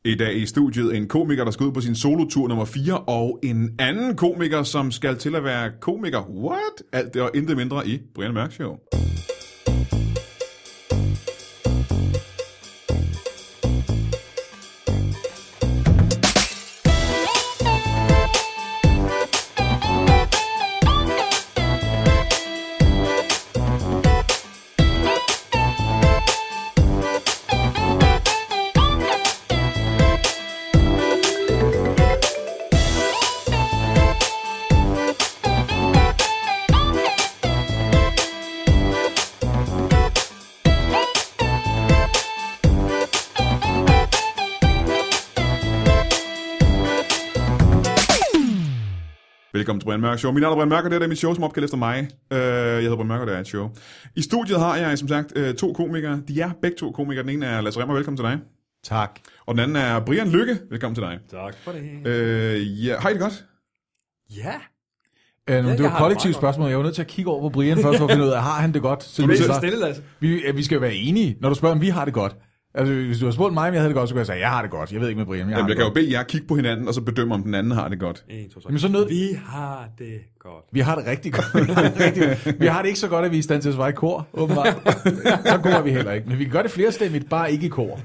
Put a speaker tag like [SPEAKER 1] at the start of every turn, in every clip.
[SPEAKER 1] I dag i studiet en komiker, der skal ud på sin solotur nummer 4, og en anden komiker, som skal til at være komiker. What? Alt det og intet mindre i Brian Mørk Show. Velkommen til Brian Mørk Show. Min navn er Brian Mørk, og det er mit show, som opkaldt efter mig. Jeg hedder Brian Mørk, og det er et show. I studiet har jeg, som sagt, to komikere. De er begge to komikere. Den ene er Lasse Remmer, velkommen til dig.
[SPEAKER 2] Tak.
[SPEAKER 1] Og den anden er Brian Lykke, velkommen til dig.
[SPEAKER 3] Tak for det.
[SPEAKER 1] Har I det godt?
[SPEAKER 3] Ja.
[SPEAKER 2] Det var et kollektivt spørgsmål. Jeg var nødt til at kigge over på Brian først for at finde ud af, har han det godt? Så
[SPEAKER 3] Du er stille, Lasse.
[SPEAKER 2] Vi skal jo være enige, når du spørger, om vi har det godt. Altså, hvis du har spurgt mig, om jeg havde det godt, så kunne jeg sige, jeg har det godt. Jeg ved ikke med Brian,
[SPEAKER 1] Jeg kan jo bede jer kigge på hinanden, og så bedømme, om den anden har det godt.
[SPEAKER 3] 1, 2, 3.
[SPEAKER 2] Jamen, så
[SPEAKER 3] Vi har det godt.
[SPEAKER 2] Vi har det rigtig godt. Vi har det ikke så godt, at vi er i stand til at svare i kor, åbenbart. Så går vi heller ikke. Men vi kan gøre det flerstemmigt, bare ikke i kor.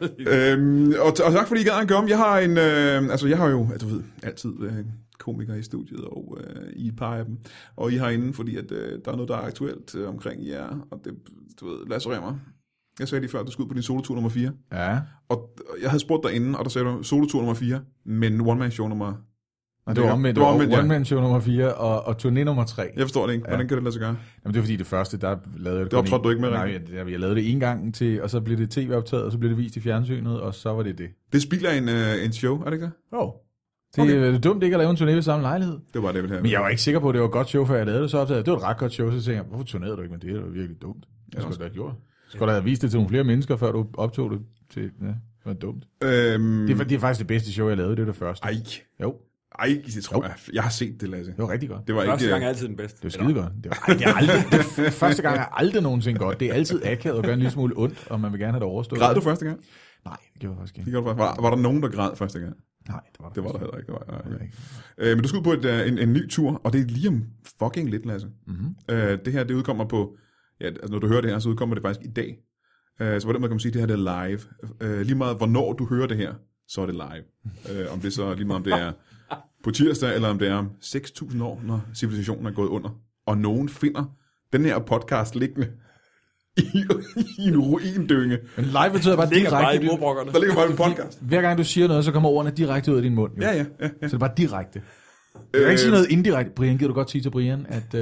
[SPEAKER 1] Og tak fordi I gad at komme. Jeg har jeg har jo, du ved, altid komikere i studiet, og I er et par af dem. Og I har inde, fordi at, der er noget, der er aktuelt omkring jer. Og det, du ved, Lasse Remmer. Jeg sagde lige før, at du skulle ud på din solotur nummer 4.
[SPEAKER 2] Ja.
[SPEAKER 1] Og jeg havde spurgt dig inden, og der sagde du solotur nummer 4, men one-man-show nummer...
[SPEAKER 2] Og det var omvendt. Det var one-man-show nummer 4 og turné nummer 3.
[SPEAKER 1] Jeg forstår det ikke. Hvordan kan det lade sig gøre?
[SPEAKER 2] Jamen, det var fordi det første, der lavede jeg det.
[SPEAKER 1] Det optrådte du ikke med,
[SPEAKER 2] rigtigt? Nej, jeg lavede det en gang til, og så blev det tv-optaget, og så blev det vist i fjernsynet, og så var det det.
[SPEAKER 1] Det spilder en show, er det ikke det?
[SPEAKER 2] Jo. Det er dumt ikke at lave en turné ved samme lejlighed.
[SPEAKER 1] Det var det, vel her.
[SPEAKER 2] Men jeg var ikke sikker på, at det var et godt show, før jeg lavede det. Så opdagede det var et ret godt show, så tænkte jeg, hvorfor turnerede du ikke med det? Det var virkelig dumt. Det skulle da have gjort. Skulle da have vist det til nogle flere mennesker, før du optog det til... Ja, det var dumt. Det er faktisk det bedste show, jeg lavede. Det er det første.
[SPEAKER 1] Ej.
[SPEAKER 2] Jo.
[SPEAKER 1] Ej, det tror jeg. Jeg har set det, Lasse.
[SPEAKER 2] Det var rigtig godt.
[SPEAKER 1] Det var
[SPEAKER 3] første
[SPEAKER 1] ikke,
[SPEAKER 3] gang er altid den bedste.
[SPEAKER 2] Det var skide godt. Første gang er aldrig nogensinde godt. Det er altid akavet og gør en lille smule ondt, og man vil gerne have det overstået.
[SPEAKER 1] Græd du første gang?
[SPEAKER 2] Nej, det gjorde jeg faktisk ikke.
[SPEAKER 1] Var der nogen, der græd første gang?
[SPEAKER 2] Nej,
[SPEAKER 1] det var der heller ikke. Men du skal ud på en ny tur, og det er lige om fucking lidt, Lasse.
[SPEAKER 2] Mm-hmm.
[SPEAKER 1] Det her, det udkommer på... Ja, altså, når du hører det her, så udkommer det faktisk i dag. Så på den måde kan man sige, at det her det er live. Lige meget, hvornår du hører det her, så er det live. Om det så lige meget, om det er på tirsdag, eller om det er om 6.000 år, når civilisationen er gået under. Og nogen finder den her podcast liggende i en ruindynge.
[SPEAKER 2] Men live betyder bare direkte.
[SPEAKER 1] Der ligger bare en podcast.
[SPEAKER 2] Hver gang du siger noget, så kommer ordene direkte ud af din mund. Jo.
[SPEAKER 1] Ja.
[SPEAKER 2] Så det er bare direkte. Du kan ikke sige noget indirekte. Brian, giver du godt sige til Brian, at...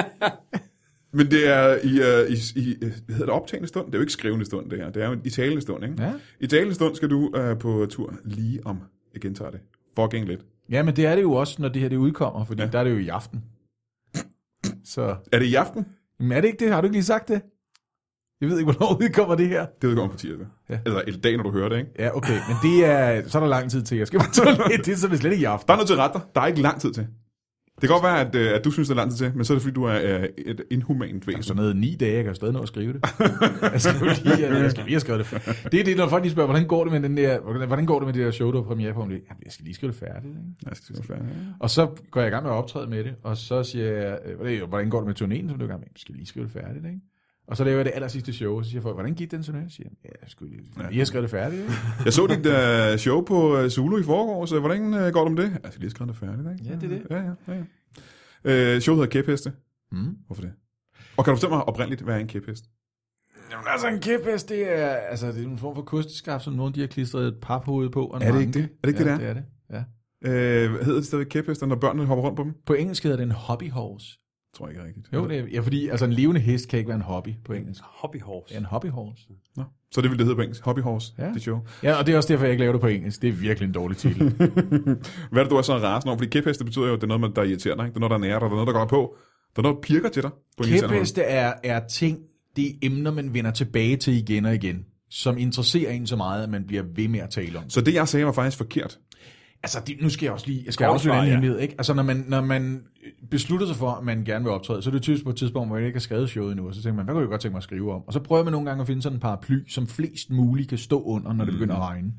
[SPEAKER 1] Men det er i hvad hedder det, optagende stund? Det er jo ikke skrivende stund, det her. Det er jo i talende stund, ikke?
[SPEAKER 2] Ja.
[SPEAKER 1] I talende stund skal du på tur lige om, jeg gentager det, fucking lidt.
[SPEAKER 2] Ja, men det er det jo også, når det her det udkommer, fordi der er det jo i aften. Så...
[SPEAKER 1] Er det i aften?
[SPEAKER 2] Men er det ikke det? Har du ikke lige sagt det? Jeg ved ikke, hvornår udkommer det her.
[SPEAKER 1] Det udkommer på tirsdag. Ja. Eller en dag, når du hører det, ikke?
[SPEAKER 2] Ja, okay. Men det er... Så er der lang tid til. Jeg skal bare det er så slet ikke i aften.
[SPEAKER 1] Der er noget til at rette dig. Der er ikke lang tid til. Det kan godt være, at du synes, det er lang tid til, men så er det, fordi du er et inhumant væsen.
[SPEAKER 2] Så noget 9 dage, jeg kan stadig nå at skrive det. Jeg skal lige have skrevet det. Det er det, når folk lige spørger, hvordan går det med det der show, du har premiere på? Jeg skal lige skrive det færdigt. Ikke?
[SPEAKER 1] Jeg skal skrive det færdigt. Ja.
[SPEAKER 2] Og så går jeg i gang med at optræde med det, og så siger jeg, hvordan går det med turnéen, som du er i gang med? Jeg skal lige skrive det færdigt, ikke? Og så laver jeg det aller sidste show, og så siger folk, hvordan gik den turné? Jeg siger, jeg skulle lige have skrevet det færdigt, ikke?
[SPEAKER 1] Jeg så dit show på Zulu i forgårs, så hvordan går det med det? Jeg skal lige skrive det færdigt, ikke?
[SPEAKER 2] Ja, det er det.
[SPEAKER 1] Ja. Showet hedder Kæpheste. Hvorfor det? Og kan du fortælle mig oprindeligt, hvad er en kæphest?
[SPEAKER 2] Jamen altså, en kæphest, det er en form for kosteskab, som nogen de har klistret et paphoved på.
[SPEAKER 1] Er det ikke det? Er det ikke det der?
[SPEAKER 2] Det er det, ja.
[SPEAKER 1] Hedder det stadig kæphester, når børnene hopper rundt på dem?
[SPEAKER 2] På engelsk hedder det en hobbyhorse.
[SPEAKER 1] Tror jeg ikke rigtigt.
[SPEAKER 2] Jo, det er fordi altså en levende hest kan ikke være en hobby på engelsk.
[SPEAKER 3] Hobbyhorse.
[SPEAKER 2] Ja, en hobbyhorse.
[SPEAKER 1] Nå. Så det vil det hedde på engelsk. Hobbyhorse,
[SPEAKER 2] ja.
[SPEAKER 1] Det show.
[SPEAKER 2] Ja, og det er også derfor, jeg ikke laver det på engelsk. Det er virkelig en dårlig titel.
[SPEAKER 1] Hvad er det, du er så rasende over? Fordi kæpheste betyder jo, at det er noget, der irriterer dig. Ikke? Det er noget, der nærer dig. Det er noget, der går på. Der er noget, der pirker til dig.
[SPEAKER 2] Kæpheste er ting, det er emner, man vender tilbage til igen og igen, som interesserer en så meget, at man bliver ved med at tale om.
[SPEAKER 1] Så det, jeg sagde, var faktisk forkert?
[SPEAKER 2] Altså, nu skal jeg også lige... Jeg skal også en hemmelighed, ikke? Altså, når man beslutter sig for, at man gerne vil optræde, så er det typisk på et tidspunkt, hvor jeg ikke har skrevet showet endnu, og så tænker man, hvad kunne jeg godt tænke mig at skrive om? Og så prøver man nogle gange at finde sådan en paraply, som flest muligt kan stå under, når det begynder at regne.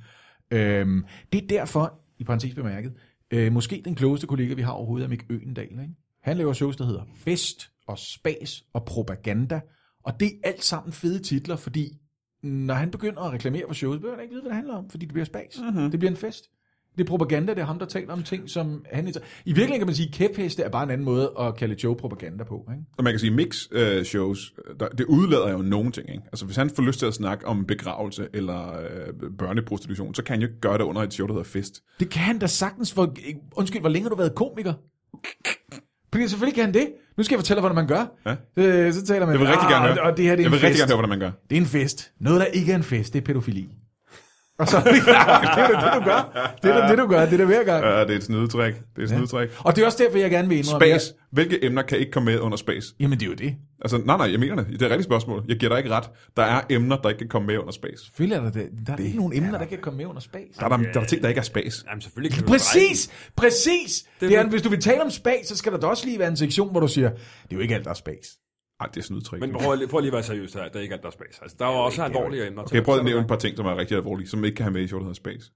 [SPEAKER 2] Det er derfor, i parentes bemærket, måske den klogeste kollega, vi har overhovedet, er Mick Øgendahl. Ikke? Han laver shows, der hedder Fest og Spas og Propaganda, og det er alt sammen fede titler, fordi når han begynder at reklamere for shows, behøver han ikke vide, hvad det handler om, fordi det bliver spas. Mm-hmm. Det bliver en fest. Det er propaganda, det er ham, der taler om ting, som han... I virkeligheden kan man sige, at kæpheste er bare en anden måde at kalde et show propaganda på. Ikke?
[SPEAKER 1] Og man kan sige, mix-shows, det udlader jo nogen ting. Ikke? Altså hvis han får lyst til at snakke om begravelse eller børneprostitution, så kan han jo ikke gøre det under et show, der hedder Fest.
[SPEAKER 2] Det kan han da sagtens. Undskyld, hvor længe har du været komiker? Fordi selvfølgelig kan han det. Nu skal jeg fortælle, hvordan man gør. Ja. Så taler man...
[SPEAKER 1] Jeg vil rigtig gerne høre.
[SPEAKER 2] Og det her, det er
[SPEAKER 1] jeg vil rigtig gerne høre, hvordan man gør.
[SPEAKER 2] Det er en fest. Noget, der ikke er en fest, det er pædofili. Og så det er det, du gør. Det er det, du gør. Det er det hver gang.
[SPEAKER 1] Ja, det er et snydetræk. Det er et snydetræk.
[SPEAKER 2] Og det er også derfor, jeg gerne vil indrømme.
[SPEAKER 1] Space. Hvilke emner kan ikke komme med under Space?
[SPEAKER 2] Jamen, det er jo det.
[SPEAKER 1] Altså, nej, jeg mener det. Det er et rigtigt spørgsmål. Jeg giver dig ikke ret. Der er emner, der ikke kan komme med under Space.
[SPEAKER 2] Selvfølgelig er der det. Der er ikke nogen emner, der kan komme med under Space.
[SPEAKER 1] Der er ting, der ikke er Space.
[SPEAKER 3] Jamen, selvfølgelig kan
[SPEAKER 2] Præcis! Det er, hvis du vil tale om Space, så skal der da også lige være en sektion, hvor du siger, det er jo ikke alt, der er Space.
[SPEAKER 1] Ej, det er snydetræk.
[SPEAKER 3] Men prøv lige at være seriøst her. Der er ikke alt, der er Space. Altså, der er jo også alvorlige emner.
[SPEAKER 1] Okay, prøv at nævne et par ting, som er rigtig alvorlige, som ikke kan have med i show, der hedder Space.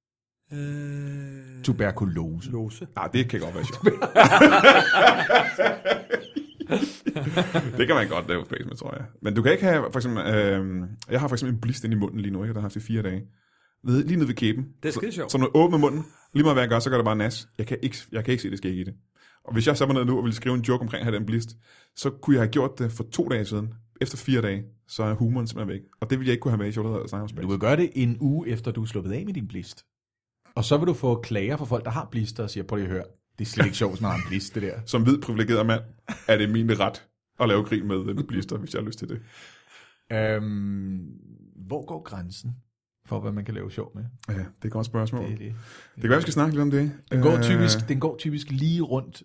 [SPEAKER 2] Tuberkulose.
[SPEAKER 1] Nej, det kan godt være sjovt. Det kan man godt lave Space med, tror jeg. Men du kan ikke have, for eksempel, jeg har for eksempel en blist ind i munden lige nu, ikke? Der har haft i 4 dage. Lige nede ved kæben.
[SPEAKER 3] Det er skide sjovt.
[SPEAKER 1] Så når du åbner munden, lige meget hvad jeg gør, så gør det bare nas. Jeg kan ikke se det skæg i det. Og hvis jeg så var nede nu og ville skrive en joke omkring at have den blist, så kunne jeg have gjort det for 2 dage siden. Efter 4 dage, så er humoren simpelthen væk. Og det vil jeg ikke kunne have med i showet, der snakker om Space.
[SPEAKER 2] Du vil gøre det en uge efter, du er sluppet af med din blist. Og så vil du få klager fra folk, der har blister, og siger, prøv lige at høre, det er slet ikke sjovt, når han blist, det der.
[SPEAKER 1] Som hvid privilegeret mand, er det min ret at lave grin med blister, hvis jeg har lyst til det.
[SPEAKER 2] Hvor går grænsen for, hvad man kan lave sjov med?
[SPEAKER 1] Ja, det er et godt spørgsmål. Det
[SPEAKER 2] kan
[SPEAKER 1] være, vi skal snakke lidt om det.
[SPEAKER 2] Den går typisk lige rundt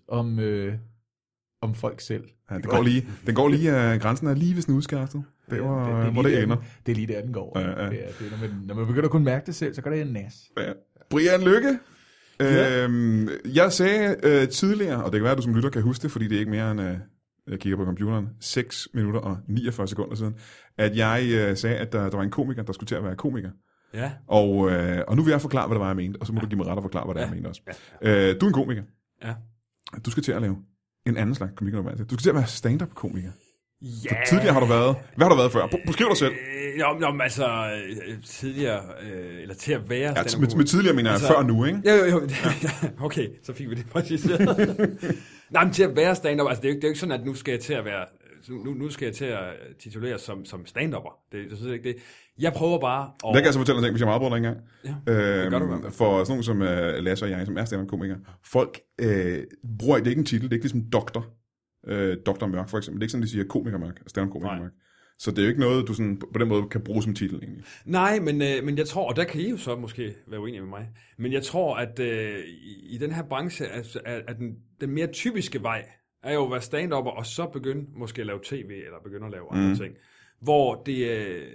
[SPEAKER 2] om folk selv.
[SPEAKER 1] Ja, den går lige, grænsen er lige ved snudskaftet. Det var, hvor det ender.
[SPEAKER 2] Det er lige der, den går. Ja. Det er, når man begynder at kunne mærke det selv, så går det en nas.
[SPEAKER 1] Ja. Brian Lykke. Ja. Jeg sagde tidligere, og det kan være, at du som lytter kan huske det, fordi det er ikke mere end, jeg kigger på computeren, 6 minutter og 49 sekunder siden, at jeg sagde, at der var en komiker, der skulle til at være komiker.
[SPEAKER 3] Ja.
[SPEAKER 1] Og nu vil jeg forklare, hvad det var, jeg mente, og så må du give mig ret og forklare, hvad det er, jeg mente også. Ja. Du er en komiker.
[SPEAKER 3] Ja.
[SPEAKER 1] Du skal til at lave en anden slags komiker. Du skal til at være stand-up-komiker.
[SPEAKER 3] Ja.
[SPEAKER 1] Tidligere har du været... Hvad har du været før? Beskriv dig selv.
[SPEAKER 3] Altså, tidligere... eller til at være...
[SPEAKER 1] Ja, med tidligere mener jeg før nu, ikke?
[SPEAKER 3] Jo. Okay, så fik vi det præcis. Nej, men til at være stand-up... Altså, det er jo ikke sådan, at nu skal jeg til at være... Nu skal jeg til at titulere som stand-upper. Det synes jeg ikke det. Jeg prøver bare at...
[SPEAKER 1] Det kan jeg så fortælle dig, hvis jeg meget bruger dig engang.
[SPEAKER 3] Ja, det gør du
[SPEAKER 1] for sådan nogen som Lasse og jeg, som er stand-up-komikere. Folk bruger... Det er ikke en titel, det er ikke ligesom doktor. Dr. Mørk for eksempel. Det er ikke sådan, de siger komiker Mørk, stand-up-komiker Mørk. Så det er jo ikke noget, du sådan, på den måde kan bruge som titel egentlig.
[SPEAKER 3] Nej, men jeg tror, og der kan I jo så måske være uenige med mig, men jeg tror, at i den her branche, at den mere typiske vej, er jo at være stand-upper, og så begynde måske at lave tv, eller begynde at lave andre ting. Hvor det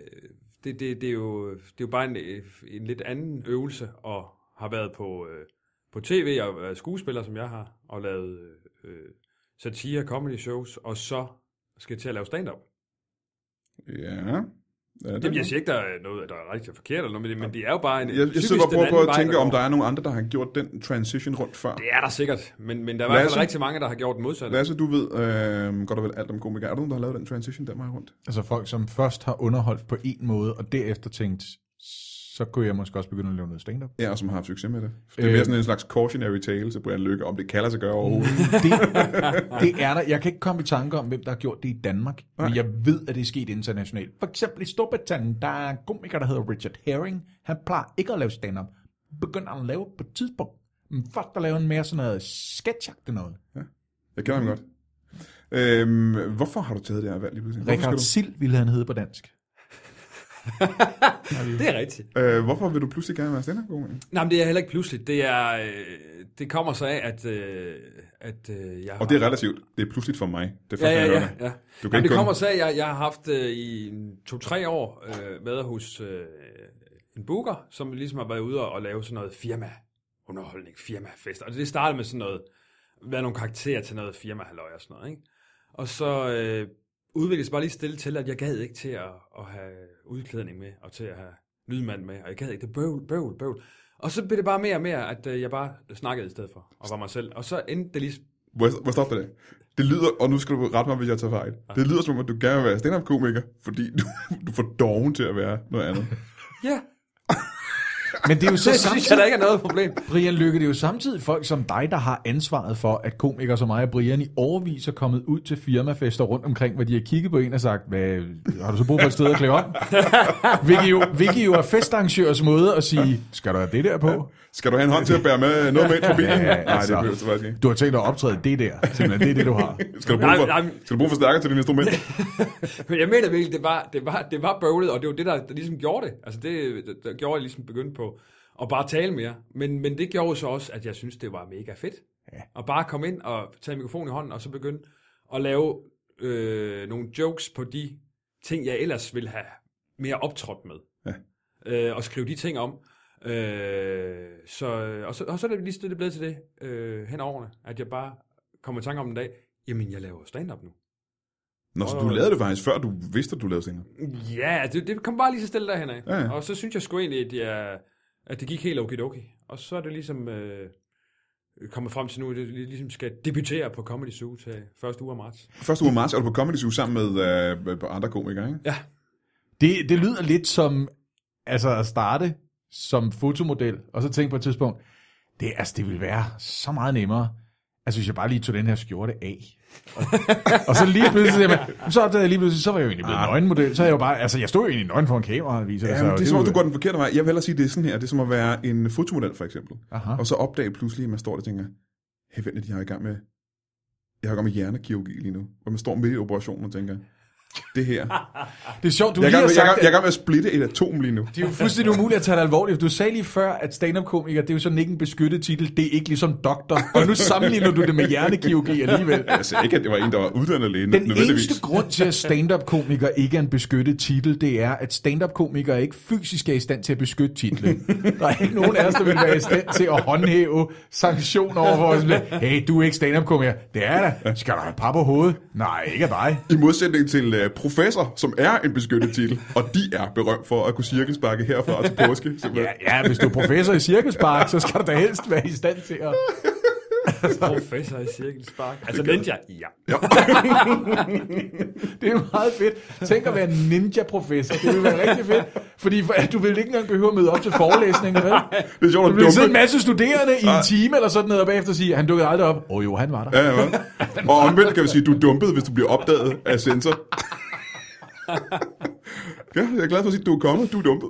[SPEAKER 3] er jo bare en lidt anden øvelse, og har været på tv, og været skuespiller, som jeg har, og lavet satire, comedy shows, og så skal jeg til at lave stand-up.
[SPEAKER 1] Ja.
[SPEAKER 3] Jeg siger ikke, der er noget, der er rigtig forkert, eller noget, men det er jo bare en...
[SPEAKER 1] Jeg sidder bare på at tænke, om der er nogle andre, der har gjort den transition rundt før.
[SPEAKER 3] Det er der sikkert, men der er i hvert fald rigtig mange, der har gjort den modsatte.
[SPEAKER 1] Lasse, du ved godt og vel alt om komikere. Er der nogen, der har lavet den transition der meget rundt?
[SPEAKER 2] Altså folk, som først har underholdt på en måde, og derefter tænkt, så kunne jeg måske også begynde at lave noget stand-up.
[SPEAKER 1] Ja, og som har haft succes med det. Det er mere sådan en slags cautionary tale til Brian Lykke, om det kalder sig gøre overhovedet.
[SPEAKER 2] Det er der. Jeg kan ikke komme i tanke om, hvem der har gjort det i Danmark, men jeg ved, at det er sket internationalt. For eksempel i Storbritannien, der er en komiker, der hedder Richard Herring. Han plejer ikke at lave stand-up. Begynder han at lave på et tidspunkt. Men først at lave en mere sådan noget sketchagtigt noget.
[SPEAKER 1] Ja, jeg kender ham godt. Hvorfor har du taget det her valg lige pludselig?
[SPEAKER 2] Richard Sild ville han hedde på dansk.
[SPEAKER 3] Det er rigtigt.
[SPEAKER 1] Hvorfor vil du pludselig gerne være stand-up-komiker?
[SPEAKER 3] Nej, men det er heller ikke pludselig. Det kommer så af, at jeg har...
[SPEAKER 1] Og det er relativt. Det er pludseligt for mig. Det er
[SPEAKER 3] ja. Det kommer så af, at jeg har haft i 2-3 år været hos en booker, som ligesom har været ude og lave sådan noget firma-underholdning, firmafest. Og det startede med sådan noget, være nogle karakterer til noget firma-halløj og sådan noget, ikke? Og så udvikles bare lige stille til, at jeg gad ikke til at have udklædning med, og til at have lydmand med, og jeg gad ikke, det bøvl. Og så blev det bare mere og mere, at jeg bare snakkede i stedet for, og var mig selv. Og så endte det lige...
[SPEAKER 1] Hvor stoppe det? Det lyder, og nu skal du rette mig, hvis jeg tager fejl. Det lyder som om, at du gerne vil være stand-up-komiker, fordi du får doven til at være noget andet.
[SPEAKER 3] Ja.
[SPEAKER 2] Men det er jo så
[SPEAKER 3] det synes jeg, der ikke er noget problem.
[SPEAKER 2] Brian Lykke, det er jo samtidig folk som dig, der har ansvaret for, at komikere som mig og Brian i årevis er kommet ud til firmafester rundt omkring, hvor de har kigget på en og sagt, har du så brug for et sted at klæde om? Hvilket jo er festarrangørers måde at sige, skal du have det der på?
[SPEAKER 1] Skal du have en hånd til at bære med noget med ind på bilen? Nej, det behøver du faktisk ikke.
[SPEAKER 2] Du har tænkt dig at optræde det der, simpelthen det er det, du har.
[SPEAKER 1] Skal du bruge forstærker til dine instrumenter?
[SPEAKER 3] Men jeg mener virkelig, det var bøvlet, og det var det, der ligesom gjorde det. Altså det gjorde, jeg ligesom begyndte på at bare tale mere. Men det gjorde så også, at jeg synes, det var mega fedt. Ja. At bare komme ind og tage mikrofonen i hånden, og så begynde at lave nogle jokes på de ting, jeg ellers ville have mere optrådt med. Ja. Og skrive de ting om. Så er det lige stille blevet til det hen over årene, at jeg bare kommer i tanke om en dag, jamen jeg laver stand-up nu.
[SPEAKER 1] Nå, så du lavede det faktisk, før du vidste, at du lavede stand-up?
[SPEAKER 3] Ja, det kom bare lige så stille derhen af.
[SPEAKER 1] Ja.
[SPEAKER 3] Og så synes jeg sgu egentlig, at det gik helt okidoki. Og så er det ligesom kommet frem til nu, at det ligesom skal debutere på Comedy Zoo til første uge af marts.
[SPEAKER 1] Første uge af marts er du på Comedy Zoo sammen med andre komikere, ikke?
[SPEAKER 3] Ja.
[SPEAKER 2] Det lyder lidt som altså at starte som fotomodel, og så tænke på et tidspunkt, det ville være så meget nemmere, altså hvis jeg bare lige tog den her skjorte af. Og så lige pludselig, så var jeg jo egentlig blevet nøgenmodel, så er jeg jo bare, altså jeg stod jo egentlig nøgen foran kameraet og viser
[SPEAKER 1] det.
[SPEAKER 2] Ja,
[SPEAKER 1] det er som om, du går den forkerte vej. Jeg vil hellere sige, det er sådan her, det er som at være en fotomodel for eksempel.
[SPEAKER 2] Aha.
[SPEAKER 1] Og så opdage pludselig, at man står der og tænker, hey, vent, de har i gang med hjernekirurgi lige nu, hvor man står midt i operationen og tænker, det her.
[SPEAKER 2] Det er sjovt,
[SPEAKER 1] jeg er gang med at splitte et atom lige nu.
[SPEAKER 2] Det er jo fuldstændig umuligt at tage det alvorligt. Du sagde lige før, at stand-up-komiker, det er jo sådan ikke en beskyttet titel, det er ikke ligesom doktor. Og nu sammenligner du det med hjernekirurgi alligevel.
[SPEAKER 1] Jeg sagde ikke, at det var en, der var uddannet læge.
[SPEAKER 2] Den eneste grund til, at stand-up-komiker ikke er en beskyttet titel, det er, at stand-up-komiker ikke fysisk er i stand til at beskytte titlen. Der er ikke nogen af os, der vil være i stand til at håndhæve sanktioner over for os. Hey, du er ikke stand-up-komiker. Det er da. Skal du have par på hovedet? Nej, ikke af dig.
[SPEAKER 1] I modsætning til professor, som er en beskyttet titel, og de er berømt for at kunne cirkelsparke herfra til påske.
[SPEAKER 2] Ja, hvis du er professor i cirkelspark, så skal du da helst være i stand til at...
[SPEAKER 3] Professor i cirkelspark. Altså ninja? Ja.
[SPEAKER 2] Det er meget fedt. Tænk at være ninja-professor. Det vil være rigtig fedt. Fordi du vil ikke engang behøve at møde op til forelæsningen, vel?
[SPEAKER 1] Det er sjovt,
[SPEAKER 2] du vil sidde en masse studerende i en time eller sådan noget, og bagefter sige, han dukkede aldrig op. Jo, han var der.
[SPEAKER 1] Ja. Og omvendt kan vi sige, du er dumpet, hvis du bliver opdaget af sensor. Ja, jeg er glad for at sige, at du er kommet. Du er dumpet.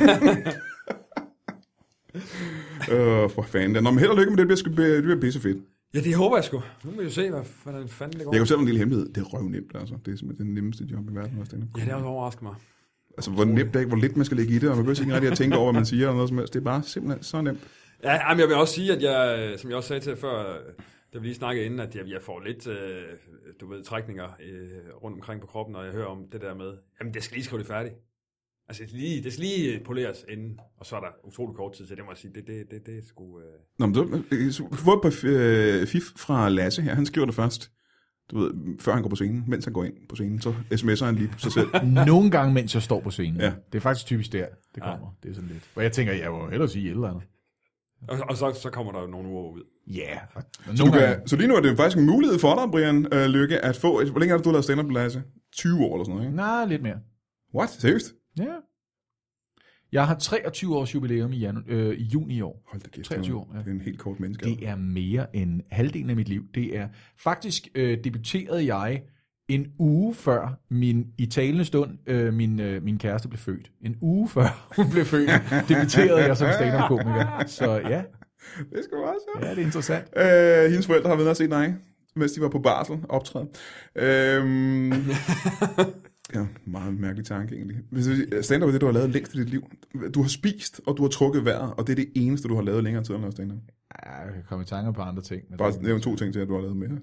[SPEAKER 1] For fanden. Nå, men held og lykke med det, det bliver pisse fedt.
[SPEAKER 3] Ja, det håber jeg sgu. Nu må vi jo se, hvad fanden det går.
[SPEAKER 1] Jeg kan fortælle en lille hemmelighed. Det er røvnemt, altså. Det er simpelthen den nemmeste job i verden.
[SPEAKER 3] Ja, det har også overrasket mig.
[SPEAKER 1] Altså, hvor nemt det er, hvor lidt man skal lægge i det, og man behøver ikke rigtig at tænke over, hvad man siger, eller noget som helst. Det er bare simpelthen så nemt.
[SPEAKER 3] Ja, men jeg vil også sige, at jeg, som jeg også sagde til før, da vi lige snakkede inden, at jeg får lidt, trækninger rundt omkring på kroppen, når jeg hører om det der med, jamen, det skal lige skrive det færdigt. Altså, det skal lige poleres inden, og så er der utrolig kort tid til det, må jeg sige. Det er sgu...
[SPEAKER 1] Nå, men du får et par fif fra Lasse her. Han skriver det først, du ved, før han går på scenen. Mens han går ind på scenen, så sms'er han lige sig selv.
[SPEAKER 2] Nogle gange, mens jeg står på scenen.
[SPEAKER 1] Ja.
[SPEAKER 2] Det er faktisk typisk der, det kommer. Ja. Det er sådan lidt. Og jeg tænker, jeg vil hellere sige et eller andet.
[SPEAKER 3] Og så kommer der jo nogle uger ud.
[SPEAKER 2] Ja.
[SPEAKER 1] Yeah. Så lige nu er det faktisk en mulighed for dig, Brian Lykke, at få... Hvor længe har du lavet stand-up, Lasse? 20 år eller sådan noget, ikke?
[SPEAKER 2] Nej, lidt mere.
[SPEAKER 1] What? Seriøst?
[SPEAKER 2] Ja. Jeg har 23 års jubilæum i juni i år.
[SPEAKER 1] Hold da kæft.
[SPEAKER 2] 23 år, ja.
[SPEAKER 1] Det er en helt kort menneske.
[SPEAKER 2] Det er mere end halvdelen af mit liv. Det er faktisk debuterede jeg en uge før i talende stund min kæreste blev født. En uge før hun blev født, debuterede jeg som stand-up-komiker. Så ja.
[SPEAKER 1] Det skal også.
[SPEAKER 2] Ja, det er interessant.
[SPEAKER 1] Hendes forældre har været og set dig, mens de var på barsel optræde. Ja, meget mærkelig tanke egentlig. Stand-up er det, du har lavet længst i dit liv. Du har spist, og du har trukket vejret, og det er det eneste, du har lavet længere tid end at lave stand-up.
[SPEAKER 2] Ja, jeg kan komme i tanker på andre ting.
[SPEAKER 1] Bare nævn 2 ting til, at du har lavet mere.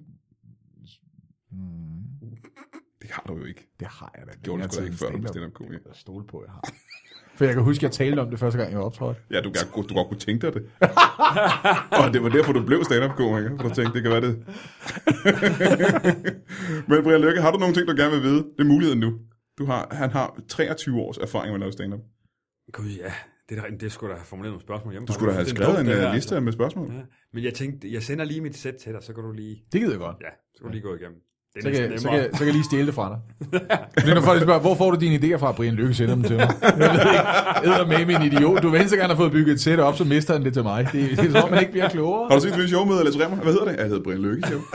[SPEAKER 1] Det har du jo ikke.
[SPEAKER 2] Det har jeg da.
[SPEAKER 1] Det gjorde du sgu da ikke, før du blev stand-up-komiker.
[SPEAKER 2] Jeg stole på, jeg har. For jeg kan huske, at jeg talte om det første gang, jeg optrådte.
[SPEAKER 1] Ja, du godt kunne tænke dig det. Og det var derfor, du blev stand-up-komiker, for du tænkte, det kan være det. Men Brian Lykke, har du nogle ting, du gerne vil vide? Det er muligheden nu. Han har 23 års erfaring med at lave stand-up.
[SPEAKER 3] Gud, ja. Det skulle da have formuleret nogle spørgsmål hjemme.
[SPEAKER 1] Du skulle da have skrevet en liste med spørgsmål. Ja.
[SPEAKER 3] Men jeg tænkte, jeg sender lige mit sæt til dig, så kan du lige...
[SPEAKER 2] Det gider jeg godt.
[SPEAKER 3] Ja, så kan du lige gå igennem.
[SPEAKER 2] Så kan jeg lige stjæle det fra dig. Men når folk spørger, hvor får du dine idéer fra, Brian Lykke sender dem til mig? Jeg ved ikke, eddermame en idiot. Du vil eneste gang have fået bygget et sæt op, så mister han det til mig. Det er som om, man ikke bliver klogere.
[SPEAKER 1] Har du set min show med Lasse Remmer? Hvad hedder det? Jeg hedder Brian Lykke Show.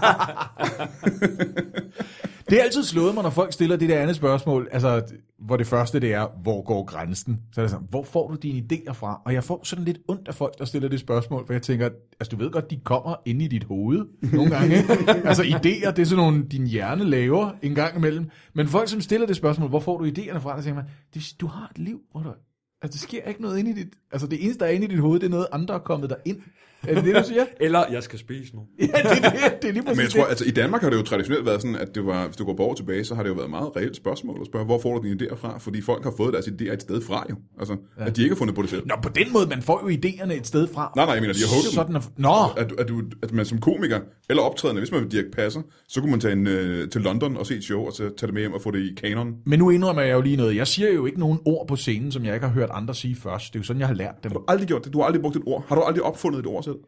[SPEAKER 2] Det er altid slået mig, når folk stiller det der andet spørgsmål, altså, hvor det første det er, hvor går grænsen? Så er det sådan, hvor får du dine idéer fra? Og jeg får sådan lidt ondt af folk, der stiller det spørgsmål, for jeg tænker, altså du ved godt, de kommer ind i dit hoved nogle gange. Altså idéer, det er sådan nogle, din hjerne laver en gang imellem. Men folk, som stiller det spørgsmål, hvor får du idéerne fra? Der tænker man, du har et liv, hvor der... Altså, der sker ikke noget inde i dit... Altså, det eneste, der er inde i dit hoved, det er noget, andre er kommet der ind. Er det det, du siger?
[SPEAKER 3] Eller, jeg skal spise nu.
[SPEAKER 2] Ja, det er lige præcis.
[SPEAKER 1] Men jeg tror, altså i Danmark har det jo traditionelt været sådan, at det var, hvis du går på år tilbage, så har det jo været meget reelt spørgsmål at spørge, hvor får du dine idéer fra? Fordi folk har fået deres idéer et sted fra jo. Altså, at de ikke har fundet på det selv.
[SPEAKER 2] Nå, på den måde, man får jo idéerne et sted fra.
[SPEAKER 1] Nej, jeg mener, de har hugget
[SPEAKER 2] sådan
[SPEAKER 1] at man som komiker, eller optrædende, hvis man vil Dirch Passer, så kunne man tage til London og se et show, og så tage det med hjem og få det i kanon.
[SPEAKER 2] Men nu indrømmer jeg jo lige noget. Jeg siger jo ikke nogen ord på scenen, som jeg ikke har hørt andre sige først. Det er jo sådan, jeg har lært dem.
[SPEAKER 1] Har du aldrig gjort det? Du har aldrig brugt et ord. Har du aldrig opfundet et ord selv?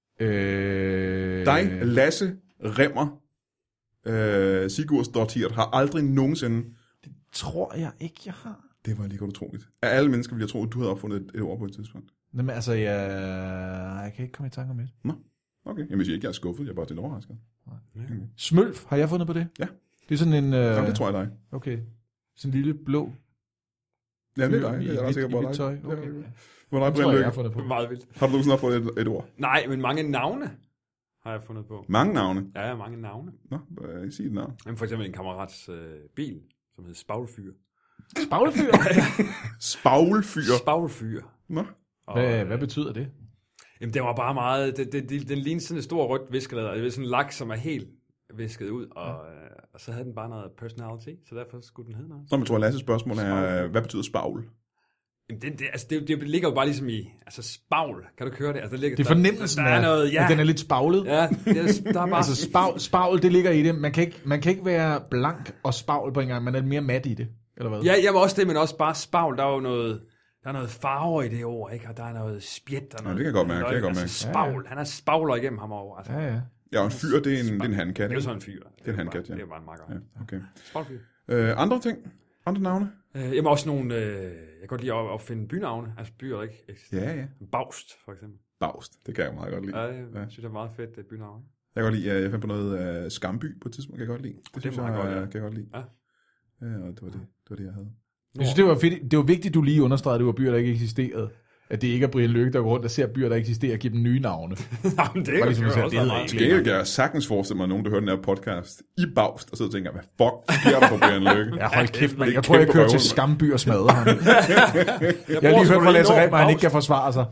[SPEAKER 1] Dig, Lasse Remmer, Sigurdsdottir, har aldrig nogensinde...
[SPEAKER 2] Det tror jeg ikke, jeg har.
[SPEAKER 1] Det var lige godt utroligt. Af alle mennesker ville jeg tro, at du havde opfundet et ord på et tidspunkt.
[SPEAKER 2] Jamen altså, jeg kan ikke komme i tanke om det.
[SPEAKER 1] Nå, okay. Jamen, jeg siger ikke, jeg er skuffet. Jeg er bare lidt overrasket.
[SPEAKER 2] Okay. Smølf, har jeg fundet på det?
[SPEAKER 1] Ja.
[SPEAKER 2] Det er sådan en...
[SPEAKER 1] Jamen, det tror jeg dig.
[SPEAKER 2] Okay. Sådan en lille blå...
[SPEAKER 1] Ja, det er dig. Jeg er ret sikker på dig.
[SPEAKER 2] Tøj. Okay.
[SPEAKER 1] Hvor
[SPEAKER 2] det tror jeg, jeg har fundet på.
[SPEAKER 3] Meget vildt.
[SPEAKER 1] Har du nogensinde fundet et ord?
[SPEAKER 3] Nej, men mange navne har jeg fundet på.
[SPEAKER 1] Mange navne?
[SPEAKER 3] Ja, mange navne.
[SPEAKER 1] Nå, sig et navn.
[SPEAKER 3] Jamen, for eksempel en kammerats bil, som hedder Spavlfyr.
[SPEAKER 2] Spavlfyr?
[SPEAKER 1] Spavlfyr?
[SPEAKER 3] Spavlfyr.
[SPEAKER 1] Nå.
[SPEAKER 2] Hvad betyder det?
[SPEAKER 3] Jamen, det var bare meget... Den lignede sådan et stort rødt viskelæder. Det var sådan en lak, som er helt visket ud, og så havde den bare noget personality, så derfor skulle den hedde noget.
[SPEAKER 1] Nå, men tror jeg, Lasses spørgsmål er, hvad betyder spavl?
[SPEAKER 3] Jamen, det ligger jo bare ligesom i, altså spavl, kan du køre det? Altså,
[SPEAKER 2] det er fornemmelsen af,
[SPEAKER 3] noget, ja.
[SPEAKER 2] At den er lidt spavlet.
[SPEAKER 3] Ja, der er bare...
[SPEAKER 2] altså spavl, det ligger i det. Man kan ikke være blank og spavl på en gang, man er mere mat i det, eller hvad?
[SPEAKER 3] Ja, jeg var også det, men også bare spavl, der er jo noget... Der er noget farver i det ord, ikke? Og der er noget spjæt.
[SPEAKER 1] Ja, det kan jeg godt mærke.
[SPEAKER 3] Altså, spavl, han er spavler igennem ham over. Altså.
[SPEAKER 2] Ja.
[SPEAKER 1] Ja, en fyr, det er en handkat.
[SPEAKER 3] Det er sådan en fyr.
[SPEAKER 1] Det er en handkat, ja.
[SPEAKER 3] Det er bare en makker.
[SPEAKER 1] Ja, okay.
[SPEAKER 3] Spavlfyr.
[SPEAKER 1] Andre ting? Andre navne?
[SPEAKER 3] Jamen også nogle... jeg kan godt lide at opfinde bynavne. Altså byer, der ikke eksisterer.
[SPEAKER 1] Ja.
[SPEAKER 3] Baust, for eksempel.
[SPEAKER 1] Baust, det kan jeg meget godt lide.
[SPEAKER 3] Ja, jeg synes, det er meget fedt bynavn.
[SPEAKER 1] Jeg kan godt lide, jeg fandt på noget Skamby på et tidspunkt, kan jeg godt lide. Det synes jeg, kan jeg godt lide. Ja. Og det var det, jeg havde.
[SPEAKER 2] Jeg synes, det var fedt. Det var vigtigt, du lige understregede, at det var byer, der ikke eksisterede. At det ikke er Brian Lykke, der går rundt og ser byer, der eksisterer, og giver dem nye navne.
[SPEAKER 3] Jamen, det er ligesom,
[SPEAKER 1] det jeg sagtens forestille mig, nogen, der hører den her podcast i Baust, og så tænker, hvad fuck sker der på Brian Lykke?
[SPEAKER 2] Ja, hold kæft, man. Jeg tror, jeg kører til Skamby og smadrer ham. Jeg har lige hørt fra Lasse Remmer, han ikke kan forsvare sig.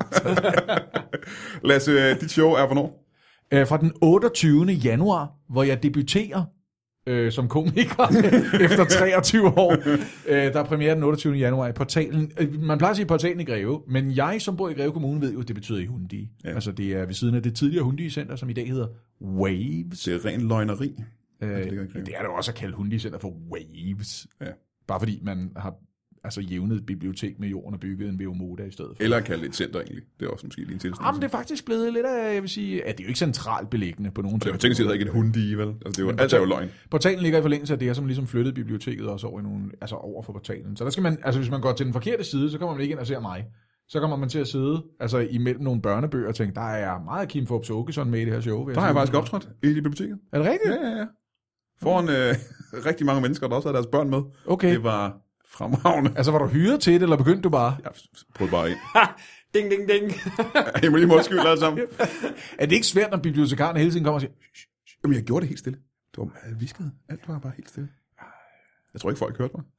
[SPEAKER 1] Lasse, dit show er hvornår?
[SPEAKER 2] Fra den 28. januar, hvor jeg debuterer som komiker efter 23 år. Der er premiere den 28. januar i Portalen. Man plejer at sige Portalen i Greve, men jeg, som bor i Greve Kommune, ved jo, at det betyder i Hundi. Ja. Altså, det er ved siden af det tidligere Hundi-center, som i dag hedder Waves.
[SPEAKER 1] Det er ren løgneri.
[SPEAKER 2] Det er det også at kalde Hundi-center for Waves. Ja. Bare fordi man har jævnet et bibliotek med jorden og bygget en VU-moda i stedet for.
[SPEAKER 1] Eller kalde det et center egentlig. Det er også måske lige en tilstand.
[SPEAKER 2] Jamen, det er faktisk blevet lidt af, jeg vil sige, at det er jo ikke centralt beliggende på nogen
[SPEAKER 1] måde. Jeg tænker sig, at det ikke er et Hundi, vel? Altså, det er jo, alt er jo løgn.
[SPEAKER 2] Portalen ligger i forlængelse af det, som ligesom flyttede biblioteket også over i nogle, altså over for portalen. Så der skal man, altså hvis man går til den forkerte side, så kommer man ikke ind og ser mig. Så kommer man til at sidde imellem nogle børnebøger og tænke, der er meget Kim Forbes Åkesson med i det her show.
[SPEAKER 1] Der har jeg faktisk optrådt i biblioteket.
[SPEAKER 2] Er det rigtigt?
[SPEAKER 1] Ja. Foran rigtig mange mennesker, der også havde deres børn med.
[SPEAKER 2] Okay.
[SPEAKER 1] Det var fremragende.
[SPEAKER 2] Altså, var du hyret til det, eller begyndte du bare?
[SPEAKER 1] Jeg prøvede bare ind.
[SPEAKER 3] Ding, ding, ding.
[SPEAKER 1] Jeg må lige målskyld alle sammen.
[SPEAKER 2] Er det ikke svært, når bibliotekaren hele tiden kommer og siger...
[SPEAKER 1] Jamen, jeg gjorde det helt stille. Det var visket. Alt var bare helt stille. Jeg tror ikke, folk hørte mig.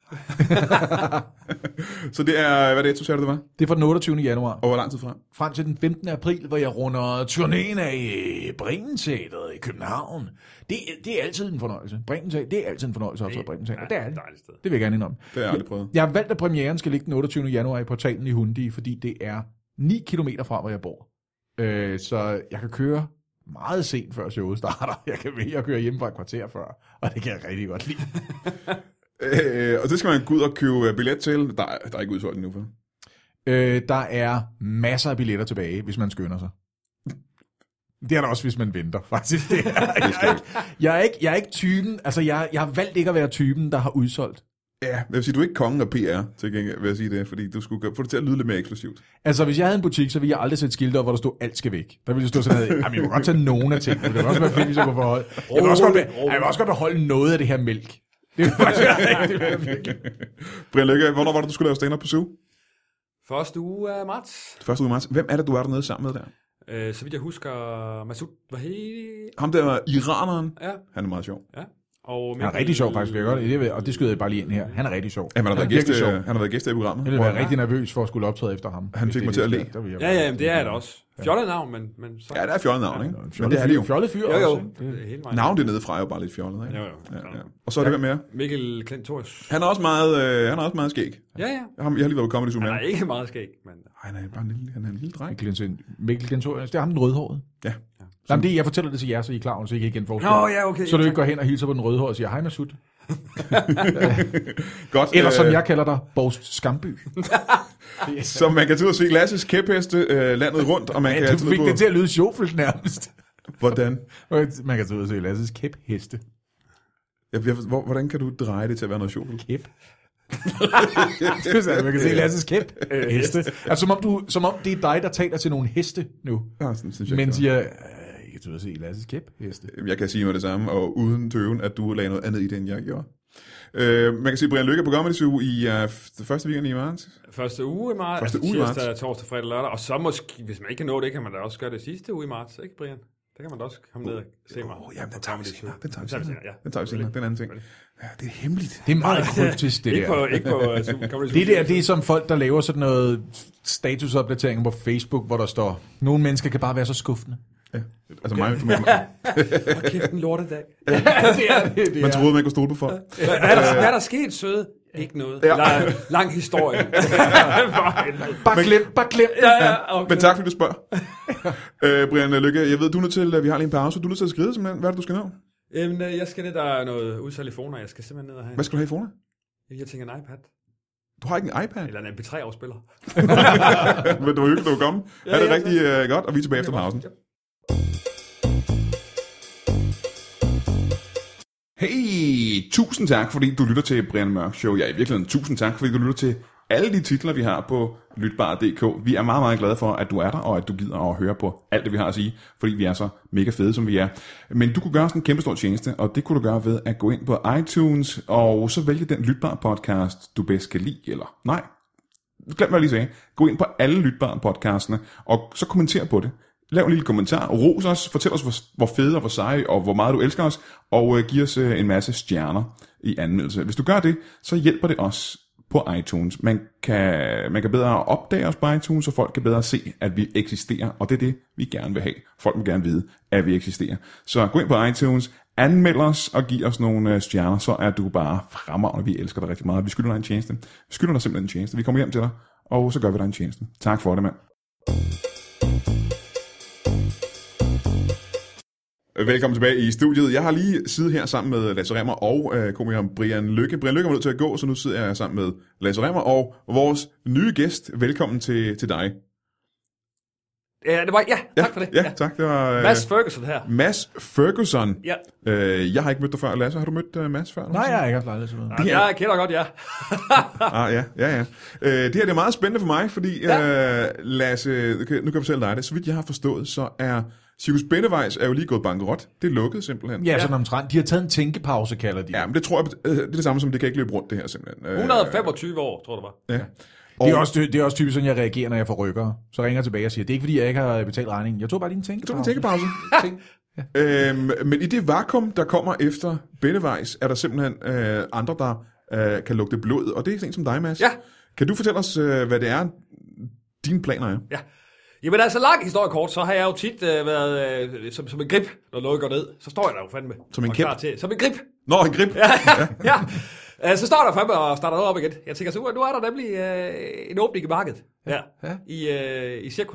[SPEAKER 1] Så det er, hvad det er, du sagde det var?
[SPEAKER 2] Det er fra den 28. januar.
[SPEAKER 1] Og hvor lang tid fra?
[SPEAKER 2] Frem til den 15. april, hvor jeg runder turnéen af Bremen Teatret i København. Det er altid en fornøjelse. Bremen Teatret, det er altid en fornøjelse at Bremen Teatret. Det er det. Det vil jeg gerne indrømme.
[SPEAKER 1] Det har jeg aldrig prøvet.
[SPEAKER 2] Jeg har valgt, at premieren skal ligge den 28. januar i Portalen i Hundi, fordi det er 9 kilometer fra, hvor jeg bor. Så jeg kan køre meget sent før showet starter. Jeg kan vælge at køre hjem fra et kvarter før, og det kan jeg rigtig godt lide.
[SPEAKER 1] Og det skal man gå ud og købe billet til. Der er ikke udsolgt endnu, for.
[SPEAKER 2] Der er masser af billetter tilbage, hvis man skynder sig. Det er der også, hvis man venter, faktisk. Jeg er ikke typen, altså jeg har valgt ikke at være typen, der har udsolgt.
[SPEAKER 1] Ja, jeg vil sige, du er ikke kongen af PR, til gengæld, vil jeg sige det, fordi du skulle få det til at lyde lidt mere eksplosivt.
[SPEAKER 2] Altså, hvis jeg havde en butik, så ville jeg aldrig sætte skilte op, hvor der stod, alt skal væk. Der ville stå sådan noget, jamen, jeg må godt tage nogen af tingene, det vil også være fint, hvis jeg kunne forholde. Jeg vil også godt beholde noget af det her mælk. Det vil faktisk være rigtigt.
[SPEAKER 1] Brian Lykke, hvornår var det, du skulle lave stand-up på Zoo?
[SPEAKER 3] Første uge af marts.
[SPEAKER 1] Første uge af marts. Hvem er det, du er dernede sammen med der?
[SPEAKER 3] Så vidt jeg husker, Masoud Vahedi.
[SPEAKER 1] Ham der var iraneren.
[SPEAKER 3] Ja.
[SPEAKER 1] Han er meget sjov.
[SPEAKER 3] Ja. Og
[SPEAKER 2] han er rigtig sjov, faktisk. Og det skyder jeg bare lige ind her. Han er rigtig sjov.
[SPEAKER 1] Ja, han har været gæst i programmet.
[SPEAKER 2] Jeg ville være rigtig nervøs for at skulle optræde efter ham.
[SPEAKER 1] Han fik mig til at le.
[SPEAKER 3] Ja, det er jeg da også. Fjollet navn, men så...
[SPEAKER 1] Ja, det er fjollet navn, ikke?
[SPEAKER 2] Men det er det jo. Fjollet fyr
[SPEAKER 3] også.
[SPEAKER 2] Jo.
[SPEAKER 1] Navn det nedefra er jo bare lidt fjollet, ikke?
[SPEAKER 3] Jo.
[SPEAKER 1] Og så er det mere.
[SPEAKER 3] Mikkel Klintorius.
[SPEAKER 1] Han er også meget skæg.
[SPEAKER 3] Ja.
[SPEAKER 1] Jeg har lige været på Comedy Zoo med.
[SPEAKER 3] Han er ikke meget skæg, men...
[SPEAKER 1] Han er bare en lille dreng.
[SPEAKER 2] Mikkel Klintorius, det er ham den rødhårede.
[SPEAKER 1] Ja.
[SPEAKER 2] Jamen det, jeg fortæller det til jer, så I er klar over, så I kan igen forestille.
[SPEAKER 3] Nå, ja, okay.
[SPEAKER 2] Så du ikke går hen og hilser på den rødhårede og siger, hej Masoud.
[SPEAKER 1] Godt.
[SPEAKER 2] Eller som jeg kalder dig, Borst Skamby.
[SPEAKER 1] Så man kan tage ud og se Lasses kæpheste landet rundt, og man kan...
[SPEAKER 2] Du fik det til at lyde sjovfuldt nærmest.
[SPEAKER 1] Hvordan?
[SPEAKER 2] Man kan tage ud og se Lasses kæpheste.
[SPEAKER 1] Hvordan kan du dreje det til at være noget sjovt?
[SPEAKER 2] Kæp. Man kan se Lasses kæp heste. Altså som om det er dig, der taler til nogle heste nu.
[SPEAKER 1] Ja, sådan, synes jeg,
[SPEAKER 2] men siger, jeg kan ud og se Lasses kæp heste.
[SPEAKER 1] Jeg kan sige mig det samme, og uden tøven, at du lagde noget andet i det, end jeg gjorde. Man kan se Brian Lykke på Comedy Zoo i første weekend i marts.
[SPEAKER 3] Første uge i marts. Tirsdag, torsdag, fredag, lørdag. Og så måske, hvis man ikke kan nå det, kan man da også gøre det sidste uge i marts, ikke Brian? Det kan man da også komme ned og se mig.
[SPEAKER 1] Jamen, den tager vi senere. Den anden ting. Ja, det er hemmeligt.
[SPEAKER 2] Det er meget kryptisk, det der.
[SPEAKER 3] Ikke på
[SPEAKER 2] det er som folk, der laver sådan noget statusopdatering på Facebook, hvor der står, nogle mennesker kan bare være så skuffende.
[SPEAKER 1] Ja, altså mig.
[SPEAKER 3] Hvor kæft en lortedag.
[SPEAKER 2] Det
[SPEAKER 1] man troede, man kunne stole på folk.
[SPEAKER 3] Hvad er der sket, søde? Ikke noget. Ja. Lang historie.
[SPEAKER 2] Bare glem.
[SPEAKER 3] Ja, okay.
[SPEAKER 1] Men tak, fordi du spørger. Brian Lykke, jeg ved, du er nødt til, vi har lige en pause. Du er nødt til at skride, simpelthen. Hvad er det, du skal nå?
[SPEAKER 3] Jamen, jeg skal ned, der er noget udsalg i Fona. Jeg skal simpelthen ned og have.
[SPEAKER 1] Hvad skal du have i Fona?
[SPEAKER 3] Jeg tænker en iPad.
[SPEAKER 1] Du har ikke en iPad?
[SPEAKER 3] Eller en MP3-afspiller.
[SPEAKER 1] Men det var hyggeligt, du var kommet. Ja, det rigtig godt, og vi er tilbage efter pausen. Ja. Hey, tusind tak, fordi du lytter til Brian Mørk Show. Ja, i virkeligheden tusind tak, fordi du lytter til alle de titler, vi har på lytbar.dk. Vi er meget, meget glade for, at du er der, og at du gider at høre på alt det, vi har at sige, fordi vi er så mega fede, som vi er. Men du kunne gøre sådan en kæmpe stor tjeneste, og det kunne du gøre ved at gå ind på iTunes, og så vælge den lytbar podcast, du bedst kan lide, eller nej. Glem hvad jeg lige sagde. Gå ind på alle lytbare podcastene, og så kommenter på det. Lav en lille kommentar, ros os, fortæl os, hvor fede og hvor seje, og hvor meget du elsker os, og giv os en masse stjerner i anmeldelse. Hvis du gør det, så hjælper det os på iTunes. Man kan bedre opdage os på iTunes, så folk kan bedre se, at vi eksisterer, og det er det, vi gerne vil have. Folk må gerne vide, at vi eksisterer. Så gå ind på iTunes, anmeld os og giv os nogle stjerner, så er du bare fremragende. Vi elsker dig rigtig meget. Vi skylder dig en tjeneste. Vi skylder dig simpelthen en tjeneste. Vi kommer hjem til dig, og så gør vi dig en tjeneste. Tak for det, mand. Velkommen tilbage i studiet. Jeg har lige siddet her sammen med Lasse Remmer og komikeren Brian Lykke. Brian Lykke var nødt til at gå, så nu sidder jeg sammen med Lasse Remmer og vores nye gæst. Velkommen til dig.
[SPEAKER 3] Ja, tak for det.
[SPEAKER 1] Ja, tak. Det var
[SPEAKER 3] Mads Ferguson her.
[SPEAKER 1] Mads Ferguson.
[SPEAKER 3] Ja.
[SPEAKER 1] Jeg har ikke mødt dig før. Lasse, har du mødt Mads før?
[SPEAKER 2] Nej, jeg har ikke haft lejlighed til noget.
[SPEAKER 3] Jeg kender godt, ja.
[SPEAKER 1] Ja. Det her det er meget spændende for mig, fordi Lasse, nu kan jeg fortælle dig det. Så vidt jeg har forstået, så er Cirkus Bennevejs er jo lige gået bankerot. Det er lukket simpelthen.
[SPEAKER 2] Ja, sådan omtrent. De har taget en tænkepause, kalder de.
[SPEAKER 1] Ja, men det tror jeg, det er det samme som, det kan ikke løbe rundt det her simpelthen.
[SPEAKER 3] 125 år, tror jeg det var.
[SPEAKER 1] Ja.
[SPEAKER 2] Det er også typisk sådan, jeg reagerer, når jeg får rykkere. Så ringer jeg tilbage og siger, det er ikke fordi, jeg ikke har betalt regningen. Jeg tog bare lige en tænkepause. Men i det vakuum, der kommer efter Bennevejs, er der simpelthen andre, der kan lugte blod. Og det er sådan en som dig, Mads.
[SPEAKER 3] Ja.
[SPEAKER 1] Kan du fortælle os, hvad det er, dine planer er?
[SPEAKER 3] Ja. Jamen altså, lang historie kort, så har jeg jo tit været som en grip, når noget går ned. Så står jeg der jo fandme.
[SPEAKER 1] Som en kæp?
[SPEAKER 3] Som en grip.
[SPEAKER 1] Nå, en grip.
[SPEAKER 3] Ja. Så står der fandme og starter noget op igen. Jeg tænker, så nu er der nemlig en åbning i markedet. Ja. I Cirkus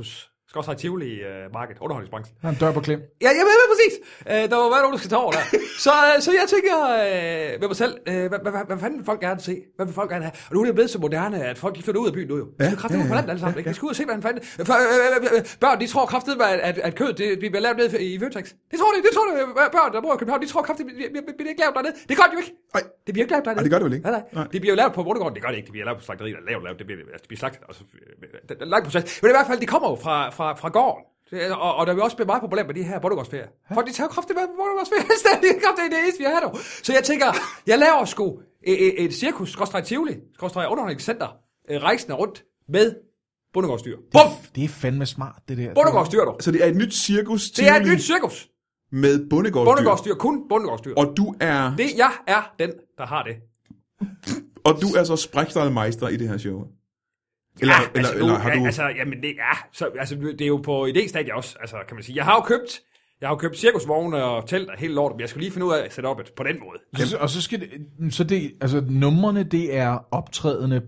[SPEAKER 3] Tivoli-marked, underholdningsbranchen.
[SPEAKER 2] Der er en dør på klem.
[SPEAKER 3] Ja, jeg ved præcis. Der må være nogen, der skal tage over der. Så jeg tænker ved mig selv, hvad fanden vil folk gerne se? Hvad vil folk gerne have? Og nu er det blevet så moderne, at folk flytter ud af byen nu jo. De skal kraftedeme på landet alle sammen. De skal ud og se, hvad han fandt. Børn, de tror kraftedeme, at kød det bliver lavet ned i Føtex. Det tror de. Børn, der bor i København, de tror kraftedeme, det bliver ikke lavet dernede. Det gør de jo ikke.
[SPEAKER 1] Nej.
[SPEAKER 3] Det bliver ikke lavet dernede.
[SPEAKER 1] Det gør det vel ikke?
[SPEAKER 3] Nej. Det bliver jo lavet på Bondegården. Det gør det ikke. Det bliver lavet på slagteriet. Det bliver slagtet. Og så lang proces. Men i hvert fald, de kommer jo fra gården. Og der vil også blive meget populært med de her bondegårdsferier. For de tager jo kraftigt med bondegårdsferier. Det er det eneste, vi har nu. Så jeg tænker, jeg laver sgu et cirkus, Tivoli, underholdningscenter, rejsende rundt med bondegårdsdyr.
[SPEAKER 2] Det er fandme smart, det der.
[SPEAKER 3] Bondegårdsdyr, dog.
[SPEAKER 1] Så det er et nyt cirkus,
[SPEAKER 3] Det er et nyt cirkus.
[SPEAKER 1] med bondegårdsdyr.
[SPEAKER 3] Bondegårdsdyr, kun bondegårdsdyr.
[SPEAKER 1] Og du er...
[SPEAKER 3] Jeg er den, der har det.
[SPEAKER 1] Og du er så sprækstejlmeister i det her show. Eller har du...
[SPEAKER 3] det er jo på idéstadiet også, altså kan man sige. Jeg har jo købt cirkusvogne og telt og hele lortet, men jeg skal lige finde ud af at sætte op på den måde.
[SPEAKER 2] Og så skal det, altså numrene, det er optrædende,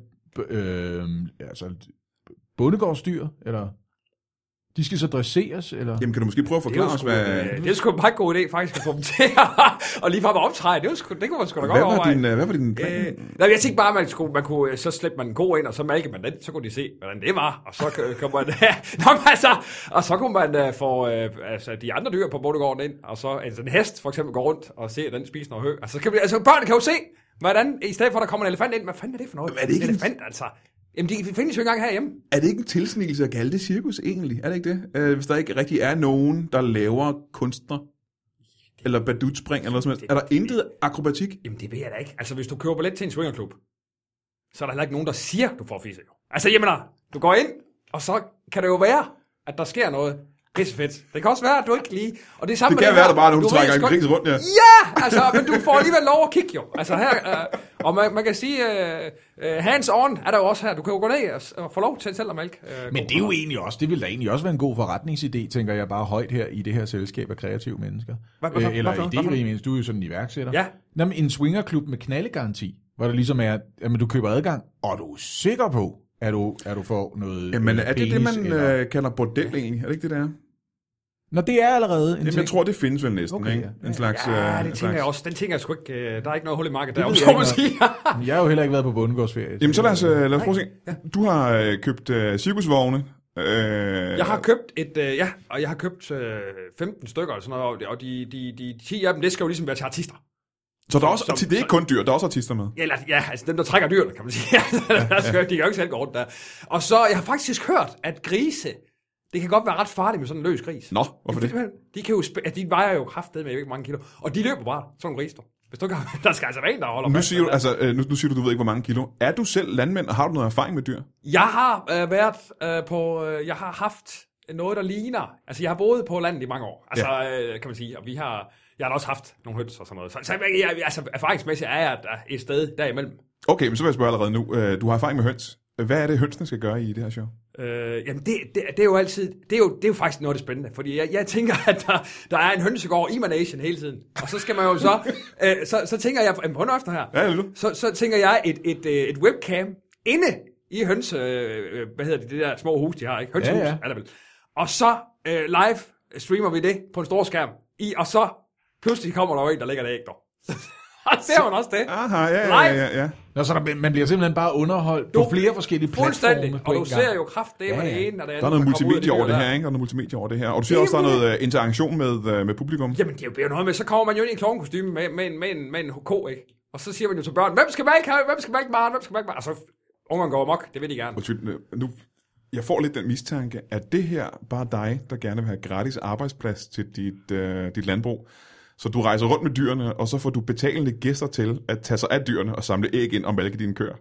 [SPEAKER 2] bondegårdsdyr, eller... De skal så dresseres, eller?
[SPEAKER 1] Jamen, kan du måske prøve at forklare os, hvad...
[SPEAKER 3] Det er sgu en meget god idé, faktisk, at få dem til og lige frem at optræde. Det kunne man sgu da godt overveje.
[SPEAKER 1] Hvad var din plan?
[SPEAKER 3] Jeg tænkte bare, at man kunne så slæbte man en god ind, og så malkede man den, så kunne de se, hvordan det var. Og så kunne man... og så kunne man få de andre dyr på bondegården ind, og så en hest for eksempel går rundt og se, den spiser noget hø. Børn kan jo se, hvordan, i stedet for, at der kommer en elefant ind, hvad fanden er det for noget?
[SPEAKER 1] Er det ikke
[SPEAKER 3] en elefant, altså? Jamen, de findes jo engang herhjemme.
[SPEAKER 1] Er det ikke en tilsnigelse at kalde det cirkus, egentlig? Er det ikke det? Hvis der ikke rigtig er nogen, der laver kunstner, eller badutspring, eller noget som helst. Er der intet akrobatik?
[SPEAKER 3] Jamen, det ved jeg da ikke. Altså, hvis du køber billet til en swingerklub, så er der heller ikke nogen, der siger, du får fisse. Altså, jamen, du går ind, og så kan det jo være, at der sker noget. Pissefedt. Det kan også være, at du ikke lige... Og det er samme
[SPEAKER 1] det kan være, der bare er nogen, der trækker en kris rundt, ja.
[SPEAKER 3] Ja, altså, men du får alligevel lov at kigge jo. Altså her... og man kan sige, hands on er der jo også her. Du kan jo gå ned og få lov til selv at mælke.
[SPEAKER 2] Men det er jo egentlig også... Det vil da egentlig også være en god forretningsidé, tænker jeg bare højt her i det her selskab af kreative mennesker. Eller idérige mennesker. Du er jo sådan en iværksætter.
[SPEAKER 3] Ja.
[SPEAKER 2] Jamen, en swingerklub med knaldegaranti, hvor der ligesom er... Jamen, du køber adgang, og du er sikker på, at du får noget...
[SPEAKER 1] Jamen, er det man kalder bordel egentlig? Er det ikke det, der er?
[SPEAKER 2] Nå, det er allerede en
[SPEAKER 1] Jamen,
[SPEAKER 2] ting.
[SPEAKER 1] jeg tror, det findes vel næsten,
[SPEAKER 2] okay,
[SPEAKER 1] ikke? En slags...
[SPEAKER 3] Ja, det tænker jeg også. Den tænker jeg sgu ikke... Der er ikke noget hul i markedet der,
[SPEAKER 2] om
[SPEAKER 3] så må sige.
[SPEAKER 2] Jeg har jo heller ikke været på bondegårdsferie.
[SPEAKER 1] Jamen, så lad os prøve at se. Ja. Du har købt cirkusvogne.
[SPEAKER 3] Jeg har købt og jeg har købt 15 stykker eller sådan noget, og de 10 af dem, det skal jo ligesom være til artister.
[SPEAKER 1] Så der er også, det er ikke kun dyr, der er også artister med?
[SPEAKER 3] Ja, altså dem, der trækker dyrene, kan man sige. De kan jo ikke selv gå rundt der. Og så, jeg har faktisk hørt, at grise, det kan godt være ret farligt med sådan en løs gris.
[SPEAKER 1] Nå, hvorfor det?
[SPEAKER 3] De kan jo, de vejer jo kraftedeme med ikke mange kilo, og de løber bare, sådan nogle grise. Hvis du ikke har, der skal altså være en, der holder
[SPEAKER 1] nu siger du, altså, nu siger du ved ikke, hvor mange kilo. Er du selv landmand, og har du noget erfaring med dyr?
[SPEAKER 3] Jeg har jeg har haft noget, der ligner, altså jeg har boet på landet i mange år, altså kan man sige, og jeg har også haft nogle høns og sådan noget. Så altså, erfaringsmæssigt er jeg et sted derimellem.
[SPEAKER 1] Okay, men så vil jeg spørge allerede nu. Du har erfaring med høns. Hvad er det, hønsene skal gøre i det her show?
[SPEAKER 3] Jamen, det er jo altid... Det er jo faktisk noget af det spændende. Fordi jeg tænker, at der er en hønsegård i Managen hele tiden. Og så skal man jo så tænker jeg... På en efter her.
[SPEAKER 1] Ja,
[SPEAKER 3] så tænker jeg et webcam inde i høns... hvad hedder det der små hus, de har, ikke? Hønsehus, er der vel. Og så live streamer vi det på en stor skærm. Og så pludselig kommer der jo en, der lægger det æg, dog. Og ser man også det?
[SPEAKER 1] Aha, ja.
[SPEAKER 2] Nå, så man bliver simpelthen bare underholdt på flere forskellige platforme.
[SPEAKER 3] Og du ser jo kraft, med det ene og det andet.
[SPEAKER 1] Der er noget multimedie over det her, ikke? Der er noget multimedie over det her. Og du ser også, der er noget interaktion med publikum.
[SPEAKER 3] Jamen, det er jo noget med, så kommer man jo ind i en klovnekostyme med en ko, ikke? Og så siger man jo til børn, hvem skal mælke barn? Og så ungerne går amok, det vil de gerne.
[SPEAKER 1] Nu, jeg får lidt den mistanke, at det her bare dig, der gerne vil have gratis arbejdsplads til dit landbrug. Så du rejser rundt med dyrene, og så får du betalende gæster til at tage sig af dyrene og samle æg ind og malke dine køer.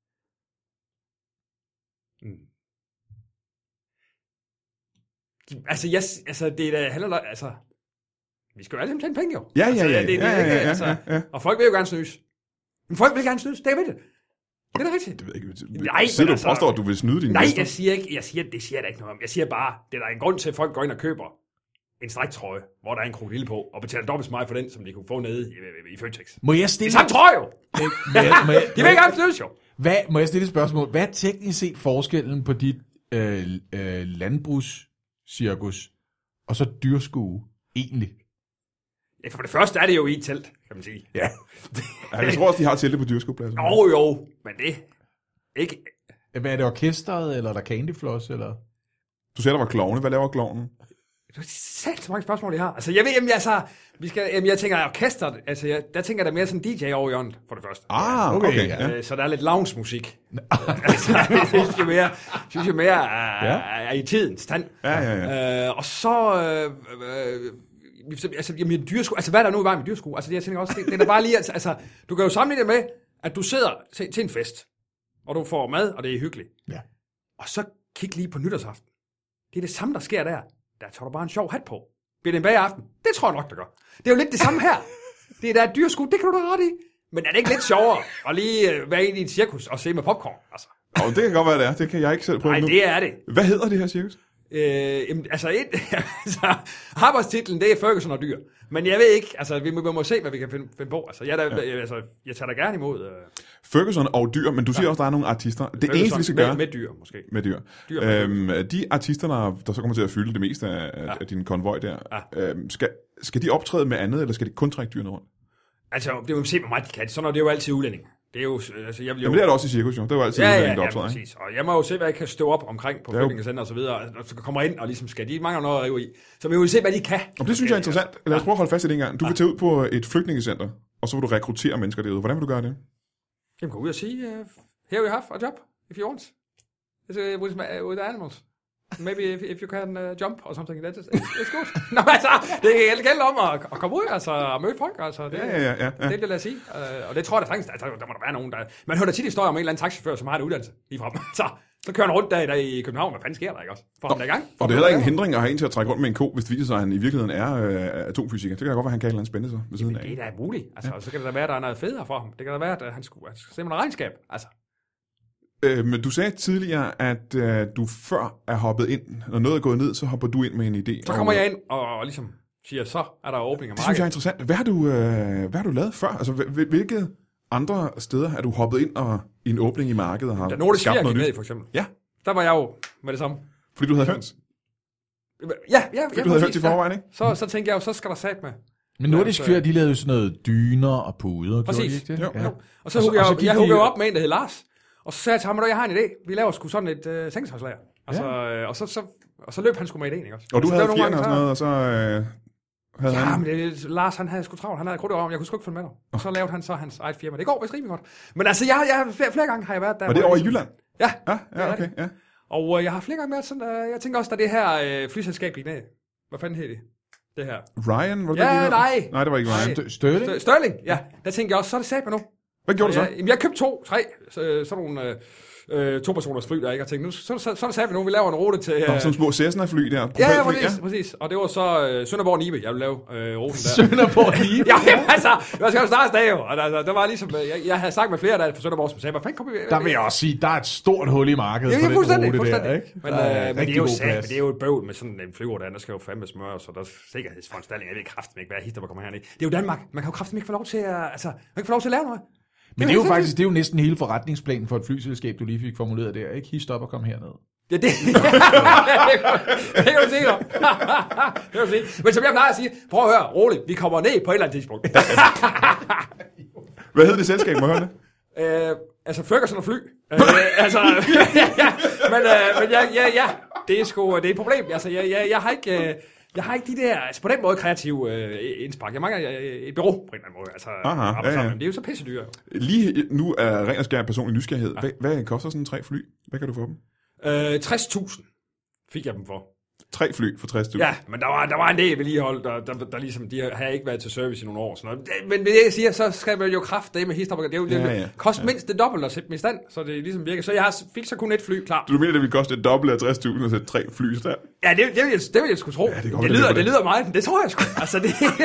[SPEAKER 3] Altså, det handler altså, vi skal jo alle sammen tjene penge, jo.
[SPEAKER 1] Ja.
[SPEAKER 3] Og folk vil jo gerne snys. Men folk vil gerne snys, det er ved det. Det er da rigtigt.
[SPEAKER 1] Det ved jeg ikke.
[SPEAKER 3] Nej,
[SPEAKER 1] så du påstår, at du vil snyde dine gæster?
[SPEAKER 3] Nej, det siger der ikke noget om. Jeg siger bare, det er der en grund til, at folk går ind og køber en stræktrøje, hvor der er en krokodille på, og betaler dobbelt så meget for den, som de kunne få nede i Føtex.
[SPEAKER 2] Må jeg stille...
[SPEAKER 3] Det er samme trøje, jo! De vil ikke gerne snys, jo!
[SPEAKER 2] Må jeg stille et spørgsmål? Hvad er teknisk set forskellen på dit landbrugsdyr cirkus, og så dyrskue egentlig?
[SPEAKER 3] Ja, for det første er det jo i et telt, kan man sige.
[SPEAKER 2] Ja.
[SPEAKER 1] Jeg tror også, de har telte på dyrskuepladsen.
[SPEAKER 3] Jo, men det ikke...
[SPEAKER 2] Hvad er det, orkestret, eller er der Candyfloss, eller?
[SPEAKER 1] Du siger, der var klovne. Hvad laver klovnen?
[SPEAKER 3] Det er så mange spørgsmål, I har. Altså, jeg ved, jeg tænker orkestret, altså, der tænker jeg da mere sådan DJ over i hjørnet, for det første.
[SPEAKER 1] Okay. Ja.
[SPEAKER 3] Så der er lidt lounge-musik. Altså, det synes jeg mere er i tidens tand.
[SPEAKER 1] Ja.
[SPEAKER 3] Og så... altså, jamen, dyrsko, altså, hvad er der nu i vejen med dyrsko? Altså, jeg tænker også, det er bare lige... Altså, du kan jo sammenligne det med, at du sidder til en fest, og du får mad, og det er hyggeligt.
[SPEAKER 2] Ja.
[SPEAKER 3] Og så kig lige på nytårsaften. Det er det samme, der sker der. Der tager du bare en sjov hat på. Bliver det en bageaften? Det tror jeg nok, der gør. Det er jo lidt det samme her. Det er der dyrsko, det kan du da ret i. Men er det ikke lidt sjovere at lige være inde i et cirkus og se med popcorn? Altså.
[SPEAKER 1] Det kan godt være, det er. Det kan jeg ikke selv prøve nu.
[SPEAKER 3] Nej, det er det.
[SPEAKER 1] Hvad hedder det her cirkus?
[SPEAKER 3] Arbejdstitlen, det er Ferguson og dyr. Men jeg ved ikke, altså vi må se, hvad vi kan finde på. Altså, jeg tager da gerne imod.
[SPEAKER 1] Ferguson og dyr, men du siger også, der er nogle artister. Det eneste, vi skal gøre...
[SPEAKER 3] Med dyr, måske.
[SPEAKER 1] Med dyr. De artister, der så kommer til at fylde det meste af din konvoj der, skal de optræde med andet, eller skal de kun trække dyrene rundt?
[SPEAKER 3] Altså, det vil se, hvor meget de kan. Sådan er det jo altid udlænding. Det er jo, altså, jeg vil jo...
[SPEAKER 1] Jamen, det er det også i cirkus, jo. Det er jo altid udlænding, der optræder.
[SPEAKER 3] Ja, præcis. Og jeg må jo se, hvad jeg kan stå op omkring på flygtningecenter og så videre, og så kommer ind og ligesom skal de mangler noget at rive i. Så vi vil se, hvad de kan.
[SPEAKER 1] Og det synes jeg er interessant. Lad os prøve at holde fast i det en gang. Du vil tage ud på et flygtningecenter, og så vil du rekruttere mennesker derude. Hvordan vil du gøre det?
[SPEAKER 3] Jamen, gå ud og sige, here we have a job, if you want. It's with animals. Maybe if you can jump or something, it's good. Nå, altså, det gælder om at komme ud, altså, og møde folk, altså. Det lad os sige. Og det tror jeg da sagtens, altså, der må der være nogen, der... Man hører da tit historier om en eller anden taxichauffør, som har en uddannelse ligefrem. Så kører han rundt der i København. Hvad fanden sker der, ikke også? For ham der i gang.
[SPEAKER 1] Og det er heller ikke en hindring at have en til at trække rundt med en ko, hvis det viser sig, at han i virkeligheden er atomfysiker. Det kan da godt være, at han kan et eller andet spændende sig ved siden af.
[SPEAKER 3] Det er da muligt. Altså, så kan det da være, at der er noget federe for ham. Det kan da være, at han skulle se noget regnskab. Altså.
[SPEAKER 1] Men du sagde tidligere, at du før er hoppet ind. Når noget er gået ned, så hopper du ind med en idé.
[SPEAKER 3] Så kommer jeg ind og ligesom siger, så er der åbning af markedet.
[SPEAKER 1] Det synes jeg er interessant. Hvad har du lavet før? Altså, hvilke andre steder er du hoppet ind og i en åbning i markedet og har
[SPEAKER 3] skabt noget nyt? Der Nordisk Fjer for eksempel.
[SPEAKER 1] Ja.
[SPEAKER 3] Der var jeg jo med det samme.
[SPEAKER 1] Fordi du havde høns?
[SPEAKER 3] Ja.
[SPEAKER 1] Fordi du havde høns i forvejen, ikke?
[SPEAKER 3] Så tænkte jeg jo, så skal der sat med.
[SPEAKER 2] Men Nordisk Fjer, de lavede jo sådan noget dyner og puder.
[SPEAKER 3] Præcis.
[SPEAKER 2] Gjorde de ikke det?
[SPEAKER 3] Jo. Og så huggede jeg jo op med en, der hed Lars. Og så sagde jeg til ham, at jeg har en idé. Vi laver sgu sådan et sengetøjslager. Altså, og så løb han sgu med idéen, ikke også?
[SPEAKER 1] Og du havde fjerne og sådan noget, og så havde han...
[SPEAKER 3] men Lars, han havde sgu travlt. Han havde krudt over, jeg kunne sgu ikke følge med dig. Og så lavede han så hans eget firma. Det går vist rimelig godt. Men altså, jeg flere gange har jeg været der.
[SPEAKER 1] Og det over i Jylland?
[SPEAKER 3] Ja.
[SPEAKER 1] Ja, okay, ja.
[SPEAKER 3] Og jeg har flere gange været sådan, jeg tænker også, da det her flyselskab gik ned. Hvad fanden hed det? Det her.
[SPEAKER 1] Ryan? Var det
[SPEAKER 3] Nej,
[SPEAKER 1] det var ikke Ryan.
[SPEAKER 2] Sterling?
[SPEAKER 3] Ja. Der tænkte jeg også, så er det sat med nu.
[SPEAKER 1] Hvad gjorde du så?
[SPEAKER 3] Jeg købte 3 sådan nogle 2-personers fly der, ikke? Og tænkte, nu så er det sat med nu, vi laver en rute til...
[SPEAKER 1] Sådan små Cessna-fly der.
[SPEAKER 3] Ja, præcis. Og det var så Sønderborg Nibe, jeg ville lave ruten der.
[SPEAKER 2] Sønderborg Nibe?
[SPEAKER 3] Ja, altså, jeg skal jo starte dag jo. Og der var ligesom, jeg havde sagt med flere der fra Sønderborg, som sagde, hvad fanden kommer vi...
[SPEAKER 2] Der vil jeg også sige, der er et stort hul i markedet på den rute der, ikke?
[SPEAKER 3] Men det er jo et bøvl med sådan en flyver der skal jo fandme smøre, så der er sikkerhedsforanstaltninger. Jeg ved kraften ikke, hvad hister, der kommer herned. Det er jo Danmark. Man kan jo kraften ikke få lov til at lave noget.
[SPEAKER 2] Men det er jo næsten hele forretningsplanen for et flyselskab, du lige fik formuleret der, ikke? Hist op og kom herned.
[SPEAKER 3] Ja, det kan du sige. Men som jeg plejer at sige, prøv at høre, roligt, vi kommer ned på et eller andet tidspunkt.
[SPEAKER 1] Hvad hedder det selskab, må jeg høre det?
[SPEAKER 3] Altså Ferguson og fly. Men det er sgu det er et problem. Altså, jeg har ikke de der, altså på den måde kreative indspark. Jeg mangler et bureau på en eller anden måde. Altså, ja. Det er jo så pissedyr.
[SPEAKER 1] Lige nu er ren og skær personlig nysgerrighed. Hvad koster sådan 3 fly? Hvad kan du få dem?
[SPEAKER 3] 60.000 fik jeg dem for.
[SPEAKER 1] 3 fly for 60.000?
[SPEAKER 3] Ja, men der var en del vedligehold, der ligesom, de har ikke været til service i nogle år. Sådan noget. Men det jeg siger, så skal man jo kraft med hister. Det er jo kost mindst det dobbelt at sætte dem i stand, så det ligesom virker. Så jeg fik så kun et fly klar.
[SPEAKER 1] Du mener, det ville koste et dobbelt af 60.000 at sætte 3 fly i stand?
[SPEAKER 3] Ja, det vil jeg sgu tro. Ja, det lyder meget, men det tror jeg sgu. Altså,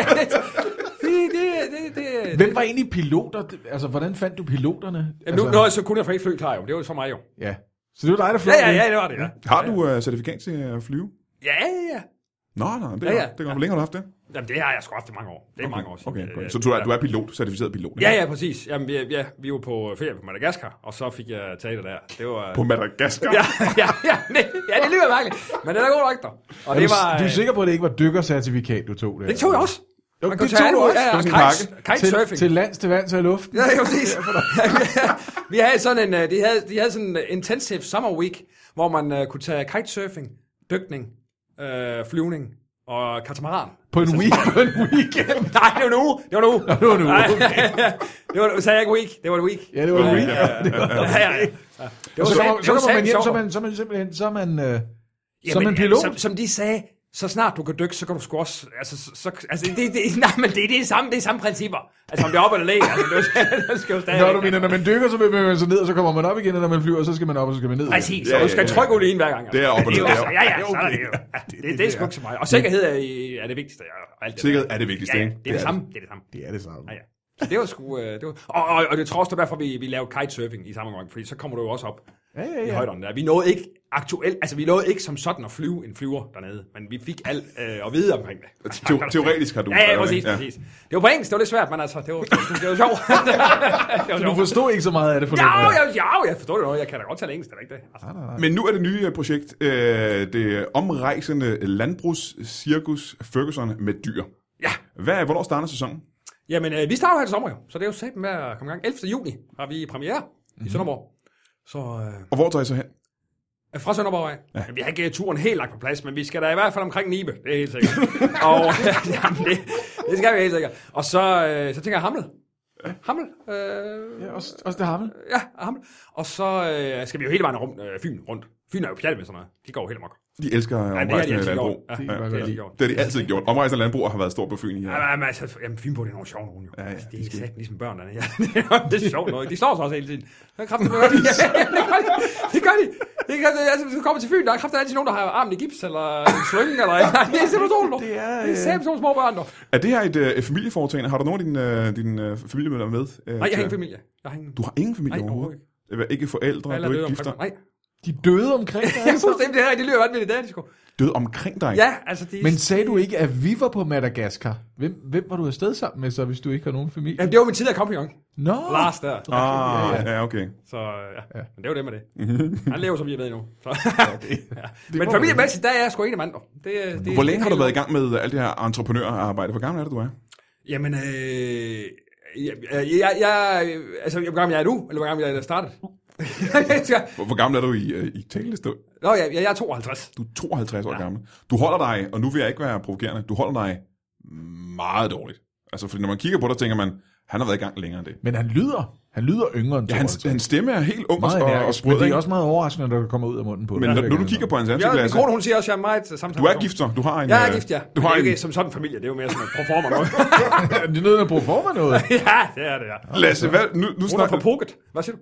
[SPEAKER 2] Hvem var egentlig piloter? Altså, hvordan fandt du piloterne?
[SPEAKER 3] Nu så kunne jeg få et fly klar jo. Det var så mig jo.
[SPEAKER 2] Ja. Så det var dig, der fløj?
[SPEAKER 3] Ja, det var det, ja.
[SPEAKER 1] Har du certifikat til at flyve?
[SPEAKER 3] Ja.
[SPEAKER 1] Nå, det er godt. Hvor længe har du haft det?
[SPEAKER 3] Jamen, det har jeg sgu haft i mange år. Det er mange år siden.
[SPEAKER 1] Okay. Så du er pilot, certificeret pilot? Ikke?
[SPEAKER 3] Ja, præcis. Jamen, vi var på ferie på Madagaskar, og så fik jeg taget det der. Det var...
[SPEAKER 1] På Madagaskar?
[SPEAKER 3] Ja, det lyder mærkeligt. Men det er da god nok, der. Og det var,
[SPEAKER 2] du er sikker på, at det ikke var dykkercertifikat, du tog?
[SPEAKER 3] Det tog jeg også.
[SPEAKER 2] Jo, det tog du også.
[SPEAKER 3] Kitesurfing.
[SPEAKER 2] Til lands, til vands og i luft.
[SPEAKER 3] Ja, præcis. Vi havde sådan en, de havde sådan en intensive summer week, hvor man kunne tage kitesurfing, dykning, flyvning og katamaran.
[SPEAKER 2] På en weekend?
[SPEAKER 3] Nej, det var en uge. Det var en uge, okay. Det var, sagde jeg ikke week, det var en week.
[SPEAKER 2] Ja, det var en week. Så er man pilot.
[SPEAKER 3] Som de sagde, så snart du kan dykke, så kan du sgu også... det er samme principper. Altså, om det er op eller læg, det skal jo stadig...
[SPEAKER 2] Når du mener, når man dykker, så vil man så ned, og så kommer man op igen, og når man flyver, så skal man op, og så skal man ned.
[SPEAKER 3] Præcis, så du skal trykke olien hver gang.
[SPEAKER 1] Det er op og ned.
[SPEAKER 3] Det er sgu ikke så meget. Og sikkerhed er det vigtigste.
[SPEAKER 1] Sikkerhed er det vigtigste, ikke?
[SPEAKER 3] Det er det samme.
[SPEAKER 2] Det er det samme.
[SPEAKER 3] Så det var sgu... Og det tror også, det er derfor, vi lavede kitesurfing i samme gang, fordi så kommer du jo også op i højderne der. Vi nåede ikke som sådan at flyve en flyver dernede, men vi fik alt at vide omkring det.
[SPEAKER 1] Teoretisk har du...
[SPEAKER 3] Ja, præcis. Det var på engelsk, det var lidt svært, men altså, det var sjovt.
[SPEAKER 2] Så du forstod ikke så meget af det?
[SPEAKER 3] Jeg forstod det noget. Jeg kan da godt tale engelsk, det er ikke det. Altså.
[SPEAKER 1] Men nu er det nye projekt, det omrejsende landbrugscirkus Ferguson med dyr.
[SPEAKER 3] Ja.
[SPEAKER 1] Hvornår starter sæsonen?
[SPEAKER 3] Jamen, vi starter her til sommer jo, så det er jo sat med at komme i gang. 11. juni har vi premiere i Sønderborg. Så,
[SPEAKER 1] og hvor tager I så hen?
[SPEAKER 3] Fra Sønderborg af. Ja. Vi har ikke turen helt lagt på plads, men vi skal da i hvert fald omkring Nibe, det er helt sikkert. Og jamen, det skal vi helt sikkert. Og så tænker jeg Hamlet. Hammel.
[SPEAKER 2] Ja, også det Hammel.
[SPEAKER 3] Ja, Hammel. Og så skal vi jo hele vejen Fyn rundt. Fyn er jo pjat med sådan noget. De går jo helt amok.
[SPEAKER 1] De elsker omrejsende landbrug. Det har de altid gjort. Omrejsende landbrug har været stor på Fyn i her.
[SPEAKER 3] Jamen, Fyn på det er nogle sjove nogen jo.
[SPEAKER 1] Ja,
[SPEAKER 3] det er sat ligesom børn dernede. Det er sjovt noget. De slår sig også hele tiden. Det gør de. Du kommer til Fyn, der er kraftigt altid nogen, der har armen i gips, eller en slynge, eller... Det er simpelthen det er simpelthen små børn, der.
[SPEAKER 1] Er det her et familieforetagende? Har du nogen af dine familiemedlemmer med?
[SPEAKER 3] Nej, jeg har ingen familie.
[SPEAKER 1] Du har ingen familie overhovedet? Ikke forældre, du er ikke gifter?
[SPEAKER 3] Nej.
[SPEAKER 2] De døde omkring dig, altså?
[SPEAKER 3] Det lyder vanvittigt, det er de sgu.
[SPEAKER 1] Døde omkring dig?
[SPEAKER 3] Ja, altså de...
[SPEAKER 2] Men sagde du ikke, at vi var på Madagaskar? Hvem var du afsted sammen med så, hvis du ikke har nogen familie?
[SPEAKER 3] Jamen, det var min tidligere kompagnon.
[SPEAKER 2] Nå!
[SPEAKER 3] Lars der.
[SPEAKER 1] Ja, okay.
[SPEAKER 3] Så ja, men det var det med det. Han lever, som vi ved nu. Men familiemæssigt, der er jeg sgu en af mand.
[SPEAKER 1] Hvor længe har du været i gang med alt det her entreprenørarbejde? Hvor gammel er det, du er?
[SPEAKER 3] Jamen, hvor gammel jeg er nu, eller hvor gammel jeg er startet?
[SPEAKER 1] Hvor gammel er du i talestund?
[SPEAKER 3] Nå, jeg er 52.
[SPEAKER 1] Du er 52 år gammel. Du holder dig, og nu vil jeg ikke være provokerende, du holder dig meget dårligt. Altså, fordi når man kigger på dig, tænker man, han har været i gang længere end det.
[SPEAKER 2] Men han lyder yngre end 52.
[SPEAKER 1] Hans stemme er helt ung og sprød.
[SPEAKER 2] Men det er også meget overraskende, når det kommer ud af munden på
[SPEAKER 1] det. Men når du kigger på hans ansigt...
[SPEAKER 3] Ja, min kone, hun siger også, at jeg er meget samtidig.
[SPEAKER 1] Du er gift, så? Du har en...
[SPEAKER 3] Jeg er gift, ja.
[SPEAKER 1] Du har
[SPEAKER 3] ikke som sådan en familie, det er jo mere sådan et proforma noget.
[SPEAKER 2] Det er noget, der proforma noget?
[SPEAKER 3] Ja, det er det, ja.
[SPEAKER 1] Lasse, nu
[SPEAKER 3] snakker du... Pocket. Hvad siger du?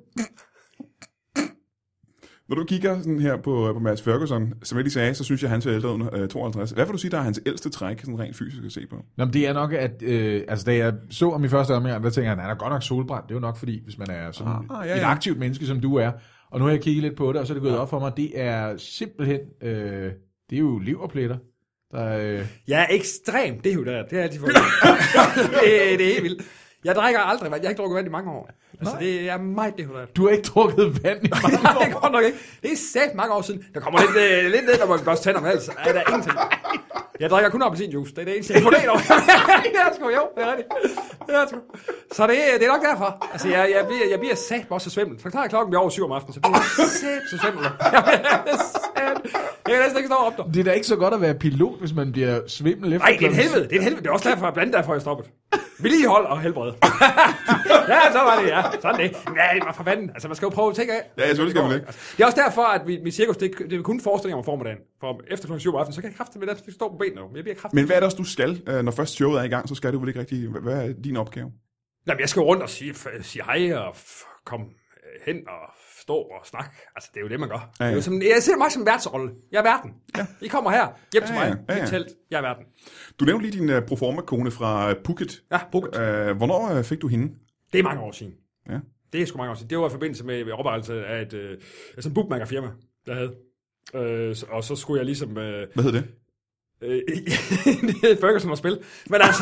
[SPEAKER 1] Når du kigger sådan her på Mads Ferguson, som jeg lige sagde, så synes jeg, han ser ældre under 52. Hvad vil du sige, der er hans ældste træk, sådan rent fysisk at se på?
[SPEAKER 2] Nå, men det er nok, at da jeg så ham i første omgang, der tænker jeg, han er godt nok solbrændt. Det er jo nok fordi, hvis man er sådan et aktivt menneske, som du er. Og nu har jeg kigget lidt på det, og så er det gået op for mig. Det er simpelthen, det er jo leverpletter.
[SPEAKER 3] Ja, ekstremt. Det er jo der. Det er altid for det er helt vildt. Jeg drikker aldrig vand. Jeg har ikke drukket vand i mange år. Altså, det er meget dehydreret.
[SPEAKER 2] Du har ikke drukket vand i mange år?
[SPEAKER 3] Nej, godt nok ikke. Det er sæt mange år siden. Der kommer lidt ned, når man børster tænder med hals. Er der ingenting. Jeg drikker kun appelsinjuice. Det er det eneste, jeg får det over. Det er sgu, jo. Det er rigtigt. Det er sgu. Så det er nok derfor. Altså, jeg bliver sat også så svimmel. Så klarer klokken bliver over 7 om aftenen, så bliver jeg sat så svimmel. Jeg kan næsten ikke stå op der.
[SPEAKER 2] Det er da ikke så godt at være pilot, hvis man bliver svimmel efter.
[SPEAKER 3] Nej, det er et helvede. Det er også derfor, blandt derfor jeg stoppet. Vedligehold og helbred. Ja, så var det, ja. Sådan det. Ja, for fanden. Altså, man skal jo prøve at tænke af.
[SPEAKER 1] Ja, selvfølgelig skal man det.
[SPEAKER 3] Det er også derfor, at mit cirkus, det er kun forestillinger om formiddagen. For efter kl. 7 om aftenen, så kan jeg kraftigt med det, stå på benene. Jeg bliver kraftigt.
[SPEAKER 1] Men hvad er det også, du skal? Når først showet er i gang, så skal du vel ikke rigtig... Hvad er din opgave?
[SPEAKER 3] Jamen, jeg skal rundt og sige hej og komme hen og stå og snakke. Altså, det er jo det, man gør. Ja, ja. Det er jo jeg ser det meget som værtsrolle. Jeg er verden. Ja. I kommer her. Hjem til mig. Mit telt. Jeg er verden.
[SPEAKER 1] Du nævnte lige din proforma-kone fra Phuket.
[SPEAKER 3] Ja, Phuket.
[SPEAKER 1] Hvornår fik du hende?
[SPEAKER 3] Det er mange år siden.
[SPEAKER 1] Ja.
[SPEAKER 3] Det er sgu mange år siden. Det var i forbindelse med oprettelse af et bookmaker-firma, der havde. Og så skulle jeg ligesom...
[SPEAKER 1] Hvad hed det?
[SPEAKER 3] Det er Ferguson at spille. Men altså,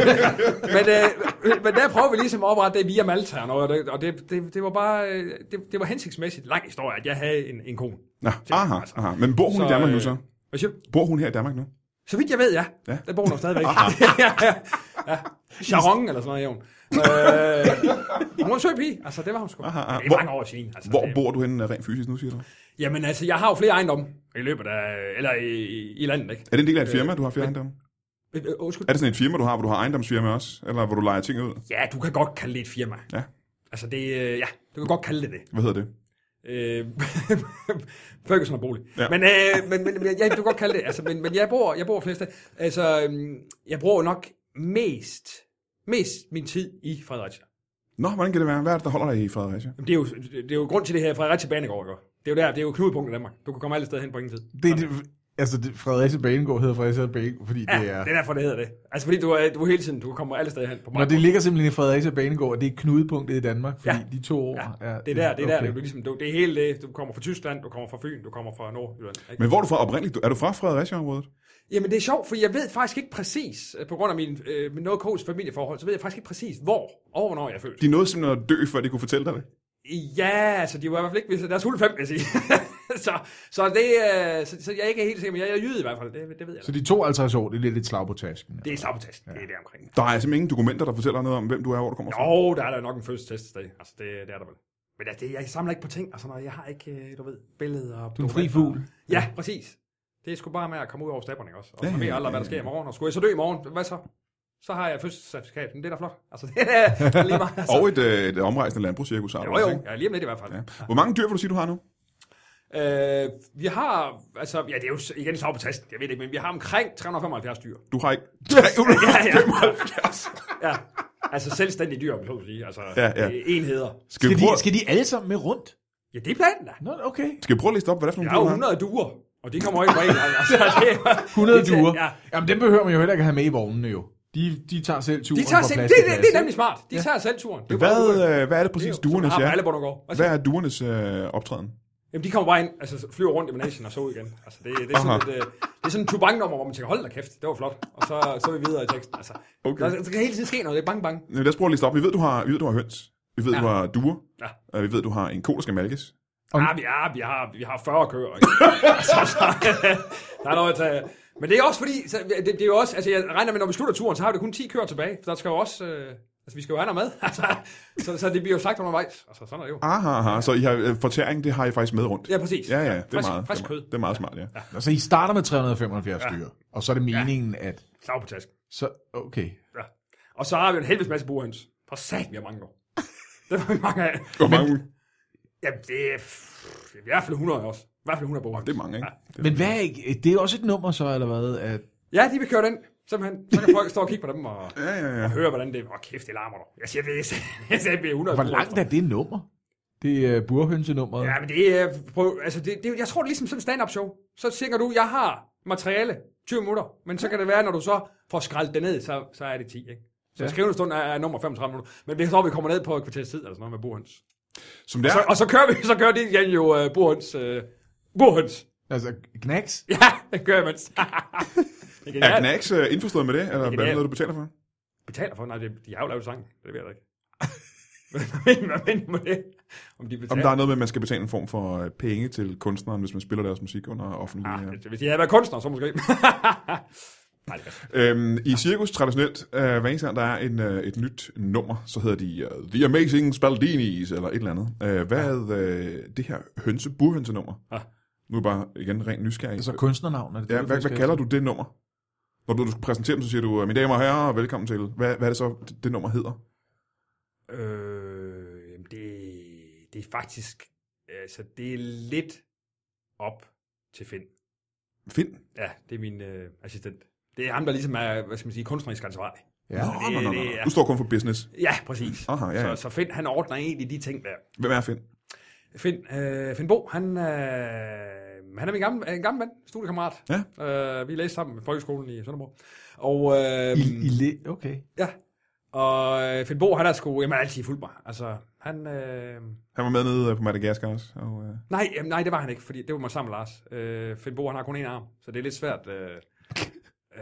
[SPEAKER 3] men der prøver vi ligesom at oprette det via Malta, og det var bare, det var hensigtsmæssigt lang historie, at jeg havde en kone.
[SPEAKER 1] Nå, aha. Men bor hun i Danmark nu så?
[SPEAKER 3] Hvad siger du?
[SPEAKER 1] Bor hun her i Danmark nu?
[SPEAKER 3] Så vidt jeg ved, ja. Der bor hun jo stadigvæk. Ja. Charon eller sådan noget, hun var en sød pige. Altså, det var hun sgu. Det er mange år siden. Altså,
[SPEAKER 1] hvor bor du henne rent fysisk nu, siger du?
[SPEAKER 3] Jamen, altså, jeg har jo flere ejendomme i løbet af, eller i landet, ikke?
[SPEAKER 1] Er det en del af et firma, du har flere ejendomme? Er det sådan et firma, du har, hvor du har ejendomsfirma også? Eller hvor du lejer ting ud?
[SPEAKER 3] Ja, du kan godt kalde det et firma.
[SPEAKER 1] Ja.
[SPEAKER 3] Altså, du kan godt kalde det.
[SPEAKER 1] Hvad hedder det?
[SPEAKER 3] Ferguson og bolig. Ja. Men ja, du kan godt kalde det. Altså, men jeg bor flest. Altså, jeg bruger nok mest min tid i Fredericia.
[SPEAKER 1] Nå, hvordan kan det være? Hvad er det, der holder dig i Fredericia?
[SPEAKER 3] Det er jo grund til det her Fredericia Banegård, ikke? Det er jo knudepunktet i Danmark. Du kan komme alle steder hen på ingen tid.
[SPEAKER 2] Fredericia Banegård hedder Fredericia Banegård, fordi det er...
[SPEAKER 3] det er derfor, det hedder det. Altså, fordi du hele tiden, du kommer alle steder hen.
[SPEAKER 2] Når det ligger simpelthen i Fredericia Banegård, og det er knudepunktet i Danmark, fordi de 2 år
[SPEAKER 3] er... Det er der, det er ligesom, det er hele det. Du kommer fra Tyskland, du kommer fra Fyn, du kommer fra Nordjylland.
[SPEAKER 1] Men hvor er du fra oprindeligt? Er du fra Fredericia-området?
[SPEAKER 3] Jamen, det er sjovt, for jeg ved faktisk ikke præcis, på grund af min noget coach familieforhold, så ved jeg faktisk ikke præcis, hvornår jeg er født.
[SPEAKER 1] De nåede simpelthen at dø, før de kunne fortælle dig det?
[SPEAKER 3] Ja, altså, de var i hvert fald ikke ved deres fulde 5, vil jeg sige. så jeg er ikke helt sikker, men jeg er jyde i hvert fald, det ved jeg.
[SPEAKER 2] Så de 52 år, det er lidt et slag på tasken?
[SPEAKER 3] Det er et slag på tasken, det er det omkring.
[SPEAKER 1] Der er simpelthen ingen dokumenter, der fortæller noget om, hvem du er, hvor du kommer fra?
[SPEAKER 3] Jo, der er der nok en fødselstest, altså det er der vel. Men altså, jeg samler ikke på ting og sådan noget, jeg har ikke, du ved, billeder.
[SPEAKER 2] Du er en fri fugl.
[SPEAKER 3] Ja, præcis. Det er sgu bare med at komme ud over stepperne også. Og så ved jeg aldrig, hvad der sker i morgen. Og skulle jeg så dø i morgen, hvad så? Så har jeg fødselscertifikat, men det er da flot. Altså, det er lige meget. Altså.
[SPEAKER 1] Og et omrejsende landbrugscirkus har du
[SPEAKER 3] også, ikke? Ja, lige om lidt i hvert fald. Ja.
[SPEAKER 1] Hvor mange dyr vil du sige, du har nu?
[SPEAKER 3] Vi har, altså, ja, det er jo igen et slag på tasken, jeg ved ikke, men vi har omkring 375 dyr.
[SPEAKER 1] Du har ikke 375?
[SPEAKER 3] Ja, altså selvstændige dyr, vil jeg sige. Altså, enheder.
[SPEAKER 2] Skal de alle sammen med rundt?
[SPEAKER 3] Ja, det er planen da.
[SPEAKER 2] Nå, okay.
[SPEAKER 1] Skal vi prøve at liste op, hvad det er for nogle dyr,
[SPEAKER 3] du har? 100 duer. Og de kommer ikke på en gang. Altså,
[SPEAKER 2] 100 duer? Ja. Jamen, dem behøver man jo heller ikke have med i vognene jo. De tager selv turen fra plads til plads.
[SPEAKER 3] Det er nemlig smart. De tager selv turen.
[SPEAKER 1] Hvad er det præcis, duernes
[SPEAKER 3] er?
[SPEAKER 1] Hvad er duernes optræden?
[SPEAKER 3] Jamen, de kommer bare ind, altså flyver rundt i managen og så igen. Altså, det er sådan en tubangnummer, hvor man tænker, hold da kæft, det var flot. Og så er vi videre i teksten. Altså, okay. Der kan hele tiden ske noget, det er bang bang.
[SPEAKER 1] Lad os prøve at liste op. Vi ved, du har høns. Vi ved, du har duer. Ja. Vi ved, du har en ko, der skal malkes.
[SPEAKER 3] Vi har 40 køer. Altså, der er noget at tage. Men det er også fordi, det er jo også, altså jeg regner med, når vi slutter turen, så har vi kun 10 køer tilbage. For der skal jo også, vi skal jo have noget med. Altså, så det bliver jo sagt undervejs. Altså, sådan er det jo.
[SPEAKER 1] Aha. Så I har fortæring, det har I faktisk med rundt?
[SPEAKER 3] Ja, præcis.
[SPEAKER 1] Ja, det er meget.
[SPEAKER 3] Frisk kød.
[SPEAKER 1] Det er meget smart, ja.
[SPEAKER 2] Så I starter med 375 dyr, og så er det meningen, at...
[SPEAKER 3] Slag på tasken.
[SPEAKER 2] Så, okay.
[SPEAKER 3] Ja. Og så har vi en helvedes masse burhøns. For sat, vi har mange år. Det har vi mange af.
[SPEAKER 1] Hvor mange?
[SPEAKER 3] Jamen, det er i hvert fald 100 også. I hvert fald 100 burhøns.
[SPEAKER 1] Det er mange, ikke?
[SPEAKER 2] Ja. Men hvad er, det er også et nummer så, eller hvad? At...
[SPEAKER 3] Ja, de vil køre den. Simpelthen. Så kan folk stå og kigge på dem og høre, hvordan det er. Kæft, det larmer du. Jeg siger, det er 100.
[SPEAKER 2] Hvor langt er det nummer? Det er burhønsenummeret.
[SPEAKER 3] Ja, men det er... Altså, jeg tror, det er ligesom sådan en stand-up show. Så tænker du, jeg har materiale 20 minutter. Men så kan det være, når du så får skraldt det ned, så er det 10, ikke? Så skrivende stund er nummer 35 minutter. Men det er så, vi kommer ned på et kvarters tid, eller sådan noget med burhøns. Og så kører de igen jo burhøns.
[SPEAKER 2] Altså, knacks?
[SPEAKER 3] Ja, det gør jeg mindst.
[SPEAKER 1] Er knacks indforstået med det, eller hvad er det noget, du betaler for?
[SPEAKER 3] Betaler for? Nej, de har jo lavet sang. Det ved jeg da ikke. Hvad mener med det?
[SPEAKER 1] Om der er noget med, at man skal betale en form for penge til kunstneren, hvis man spiller deres musik under offentlige...
[SPEAKER 3] Hvis de havde været kunstner, så måske.
[SPEAKER 1] I cirkus traditionelt, hver eneste gang der er et nyt nummer, så hedder de The Amazing Spaldinis, eller et eller andet. Hvad er det her burhønsenummer? Nu er bare igen rent nysgerrig.
[SPEAKER 2] Altså kunstnernavn? Er det
[SPEAKER 1] hvad kalder du det nummer? Når du skal præsentere dem, så siger du, mine damer og herrer, velkommen til. Hvad er det så, det nummer hedder?
[SPEAKER 3] Det er faktisk, altså det er lidt op til Finn.
[SPEAKER 1] Finn?
[SPEAKER 3] Ja, det er min assistent. Det er ham, der ligesom er, hvad skal man sige, kunstnerisk ansvarlig.
[SPEAKER 1] Ja. Nå. Du står kun for business.
[SPEAKER 3] Ja, præcis.
[SPEAKER 1] Aha, ja.
[SPEAKER 3] Så Finn, han ordner egentlig de ting der.
[SPEAKER 1] Hvem er Finn?
[SPEAKER 3] Finn Bo, han er min gammel ven, studiekammerat.
[SPEAKER 1] Ja.
[SPEAKER 3] Vi læste sammen i folkeskolen i Sønderborg. Og,
[SPEAKER 2] okay.
[SPEAKER 3] Ja. Og Finn Bo, han er sgu, jamen altid fulgt mig. Altså, han
[SPEAKER 1] var med nede på Madagaskar også? Og,
[SPEAKER 3] Nej, det var han ikke, fordi det var mig sammen med Lars. Finn Bo, han har kun en arm, så det er lidt svært.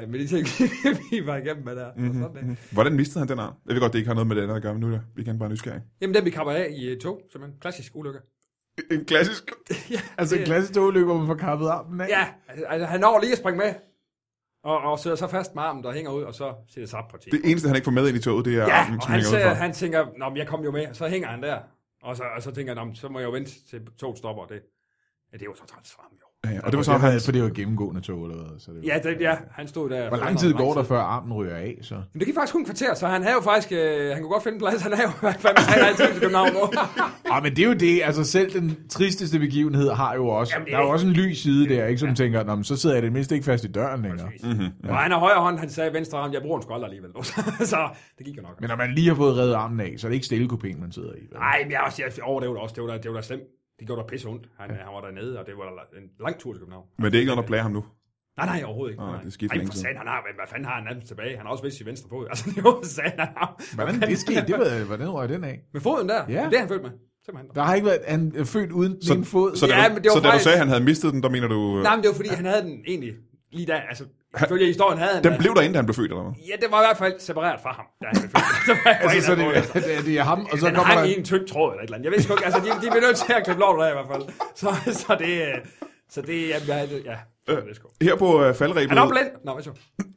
[SPEAKER 3] Men det tænkte vi var igennem med der.
[SPEAKER 1] Mm-hmm. Hvordan mistede han den arm? Jeg ved godt, det ikke har noget med det andet at gøre, men nu er vi kan bare nysgerrig.
[SPEAKER 3] Jamen, den vi kapper af i tog, simpelthen. Klassisk ulykke.
[SPEAKER 1] En klassisk?
[SPEAKER 3] Ja,
[SPEAKER 2] altså en klassisk ulykke, hvor man får kappet armen af?
[SPEAKER 3] Ja, altså han når lige at springe med. Og sidder så fast med armen, der hænger ud, og så siger det sap på tid.
[SPEAKER 1] Det eneste, han ikke får med ind i toget, det er armen, som hænger
[SPEAKER 3] udefra.
[SPEAKER 1] Ja,
[SPEAKER 3] han tænker, nå, jeg kom jo med. Så hænger han der. Og så tænker han, så må jeg jo vente til toget stopper. Det er jo så træls for ham, jo.
[SPEAKER 1] Ja, og det var så hans...
[SPEAKER 2] For det var gennemgående tog, eller hvad? Så det var...
[SPEAKER 3] Ja, han stod der.
[SPEAKER 2] Hvor lang tid går der, før armen ryger af, så?
[SPEAKER 3] Men det gik faktisk kun en kvarter, så han havde jo faktisk... han kunne godt finde en plads. Han havde jo i hvert fald til København nu.
[SPEAKER 2] Men det er jo det. Altså selv den tristeste begivenhed har jo også... Der er jo også en lys side der, ikke? Som tænker, nå, men så sidder jeg det mindst ikke fast i døren længere.
[SPEAKER 1] Mm-hmm.
[SPEAKER 3] Og han har højre hånd, han sagde venstre arm. Jeg bruger en skolder alligevel. Så det gik jo nok.
[SPEAKER 2] Men når man lige har fået reddet armen af, så er det ikke stillekupéen, man sidder i.
[SPEAKER 3] Nej, men jeg overdrev det også. Det var da slemt. Det gjorde der pisse ondt. Han var dernede, og det var en lang tur til København.
[SPEAKER 1] Men det er ikke noget, der plager ham nu?
[SPEAKER 3] Nej, overhovedet ikke.
[SPEAKER 1] Det er skidt længe siden.
[SPEAKER 3] Hvad fanden har han anden tilbage? Han har også vist i venstre fod. Altså, det var sagde han har.
[SPEAKER 2] Hvordan det skete? Hvordan røg den af?
[SPEAKER 3] Med foden der?
[SPEAKER 2] Ja.
[SPEAKER 3] Det er han født med. Simpelthen.
[SPEAKER 2] Der har ikke været han født uden den fod?
[SPEAKER 1] Så da du sagde, at han havde mistet den, der mener du...
[SPEAKER 3] Nej, men det var fordi, han havde den egentlig lige der. Altså, ifølge historien havde han
[SPEAKER 1] den. Blev der inden, han blev født, eller hvad?
[SPEAKER 3] Ja, det var i hvert fald separeret fra ham, da han blev født.
[SPEAKER 2] Så det er ham, og så kommer der...
[SPEAKER 3] i en tynd tråd eller et eller andet. Jeg ved sgu ikke, altså, de bliver nødt til at klippe lort af i hvert fald. Så det ja.
[SPEAKER 1] Her på faldrebet...
[SPEAKER 3] Han er blind. Nå, hvad så?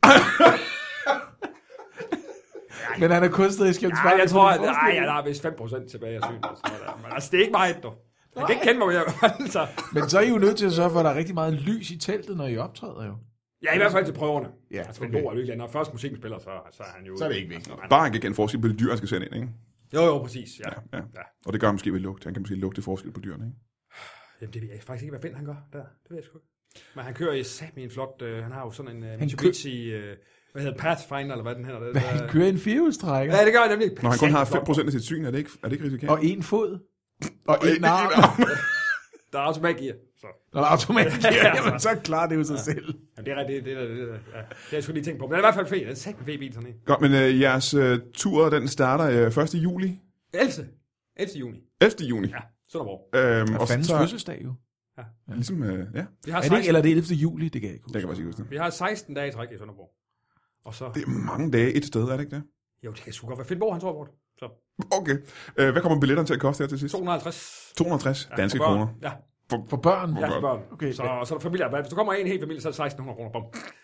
[SPEAKER 2] Men han er kunstnerisk.
[SPEAKER 3] Jeg tror, at der er vist 5% tilbage af synet. Men altså, det er ikke meget, dog. Jeg kan ikke kende mig mere. Altså.
[SPEAKER 2] Men så er I jo nødt til at sørge for, at der er rigtig meget lys i teltet, når I optræder jo.
[SPEAKER 3] Ja, i hvert fald til prøverne.
[SPEAKER 2] Ja,
[SPEAKER 3] altså, okay. Virkelig, når først musikken spiller, så er han jo...
[SPEAKER 2] Så er det ikke vigtigt.
[SPEAKER 1] Bare han kan kende forskel på de dyr, han skal sende ind, ikke?
[SPEAKER 3] Jo, præcis. Ja.
[SPEAKER 1] Og det gør han måske ved lugt. Han kan måske lugte forskel på dyrene, ikke?
[SPEAKER 3] Jamen, det ved jeg faktisk ikke, hvad Finn han gør der. Det ved jeg sgu ikke. Men han kører i satme en flot... han har jo sådan en Mitsubishi... hvad hedder Pathfinder, eller hvad den hedder?
[SPEAKER 2] Han kører en firehjulstrækker.
[SPEAKER 3] Ja, det gør han nemlig.
[SPEAKER 1] Når han kun har 5% af sit syn, er det ikke risikabelt?
[SPEAKER 2] Og en fod. Og en arm.
[SPEAKER 3] Der er automatgear.
[SPEAKER 2] Når der er automatgear, jamen, så klarer det jo sig selv.
[SPEAKER 3] Jamen, det er rigtigt. Det har jeg sgu lige tænkt på. Men det er i hvert fald fedt. Det er sagt med bil sådan en.
[SPEAKER 1] Godt, men jeres tur, den starter 1. juli?
[SPEAKER 3] 11. juni.
[SPEAKER 1] 11. juni?
[SPEAKER 3] Ja, Sønderborg.
[SPEAKER 2] Og fandens fødselsdag jo.
[SPEAKER 1] Ja. Ligesom, ja.
[SPEAKER 3] Vi har
[SPEAKER 2] er det ikke, eller er det 11. juli? Det kan jeg ikke huske.
[SPEAKER 1] Det kan jeg bare sige.
[SPEAKER 3] Vi har 16 dage i træk i Sønderborg. Og så...
[SPEAKER 1] Det er mange dage et sted, er det ikke det?
[SPEAKER 3] Jo, det kan sgu godt være. Findborg, han tror bort. Så.
[SPEAKER 1] Okay. Hvad kommer billetterne til at koste her til sidst?
[SPEAKER 3] 250.
[SPEAKER 1] 250 danske kroner?
[SPEAKER 3] Ja.
[SPEAKER 2] For børn?
[SPEAKER 3] Ja, for børn.
[SPEAKER 2] Okay.
[SPEAKER 3] Så er der familier. Hvis du kommer en hel familie, så er det 1600 kroner. Bom.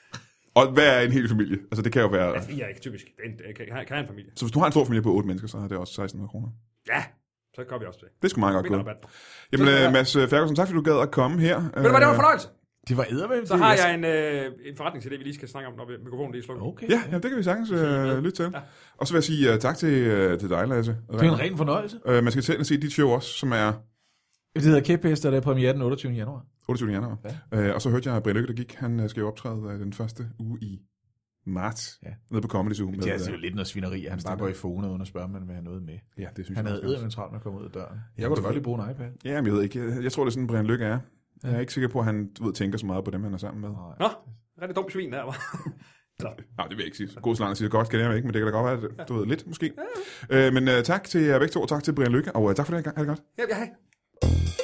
[SPEAKER 1] Og hvad er en hel familie? Altså det kan jo være...
[SPEAKER 3] Ja, 4 er ikke typisk. Kan have en familie.
[SPEAKER 1] Så hvis du har en stor familie på 8 mennesker, så er det også 1600 kroner?
[SPEAKER 3] Ja, så gør vi også det.
[SPEAKER 1] Det er sgu meget godt gået. Jamen Mads Ferguson, tak fordi du gad at komme her.
[SPEAKER 3] Ved du hvad, det var en fornøjelse.
[SPEAKER 2] Det var eddervæm.
[SPEAKER 3] Så har jeg en forretningsidé, vi lige skal snakke om, når mikrofonen lige er slukket.
[SPEAKER 2] Okay.
[SPEAKER 1] Ja, det kan vi sagtens lytte til. Ja. Og så vil jeg sige tak til dig, Lasse.
[SPEAKER 2] Det er en ren fornøjelse.
[SPEAKER 1] Man skal selv se dit show også, som er...
[SPEAKER 2] Det hedder Kæphester, der er premiere den 28. januar.
[SPEAKER 1] 28. januar. Ja. Og så hørte jeg, at Brian Lykke, der gik. Han skal jo optræde den første uge i marts. Ja. Nede på Comedy Zoo.
[SPEAKER 2] Det er jo lidt noget svineri. Han bare går i phone uden at spørge, om man vil have noget med.
[SPEAKER 1] Ja, det synes
[SPEAKER 2] han
[SPEAKER 1] jeg.
[SPEAKER 2] Han havde travlt med at komme ud af døren. Jeg kunne da godt lige bruge en iPad.
[SPEAKER 1] Ja, men jeg ved ikke. Jeg tror, det er sådan, Brian Lykke er. Jeg er ikke sikker på, at han tænker så meget på dem, han er sammen med.
[SPEAKER 3] Nå, rigtig dumt svin der, var.
[SPEAKER 1] Nej, det vil jeg ikke sige. God slang siger godt, kan jeg ikke, men det kan da godt være, at du ved lidt, måske. Men tak til jer begge to, og tak til Brian Lykke, og tak for det, ha' det godt.
[SPEAKER 3] Ja, hej.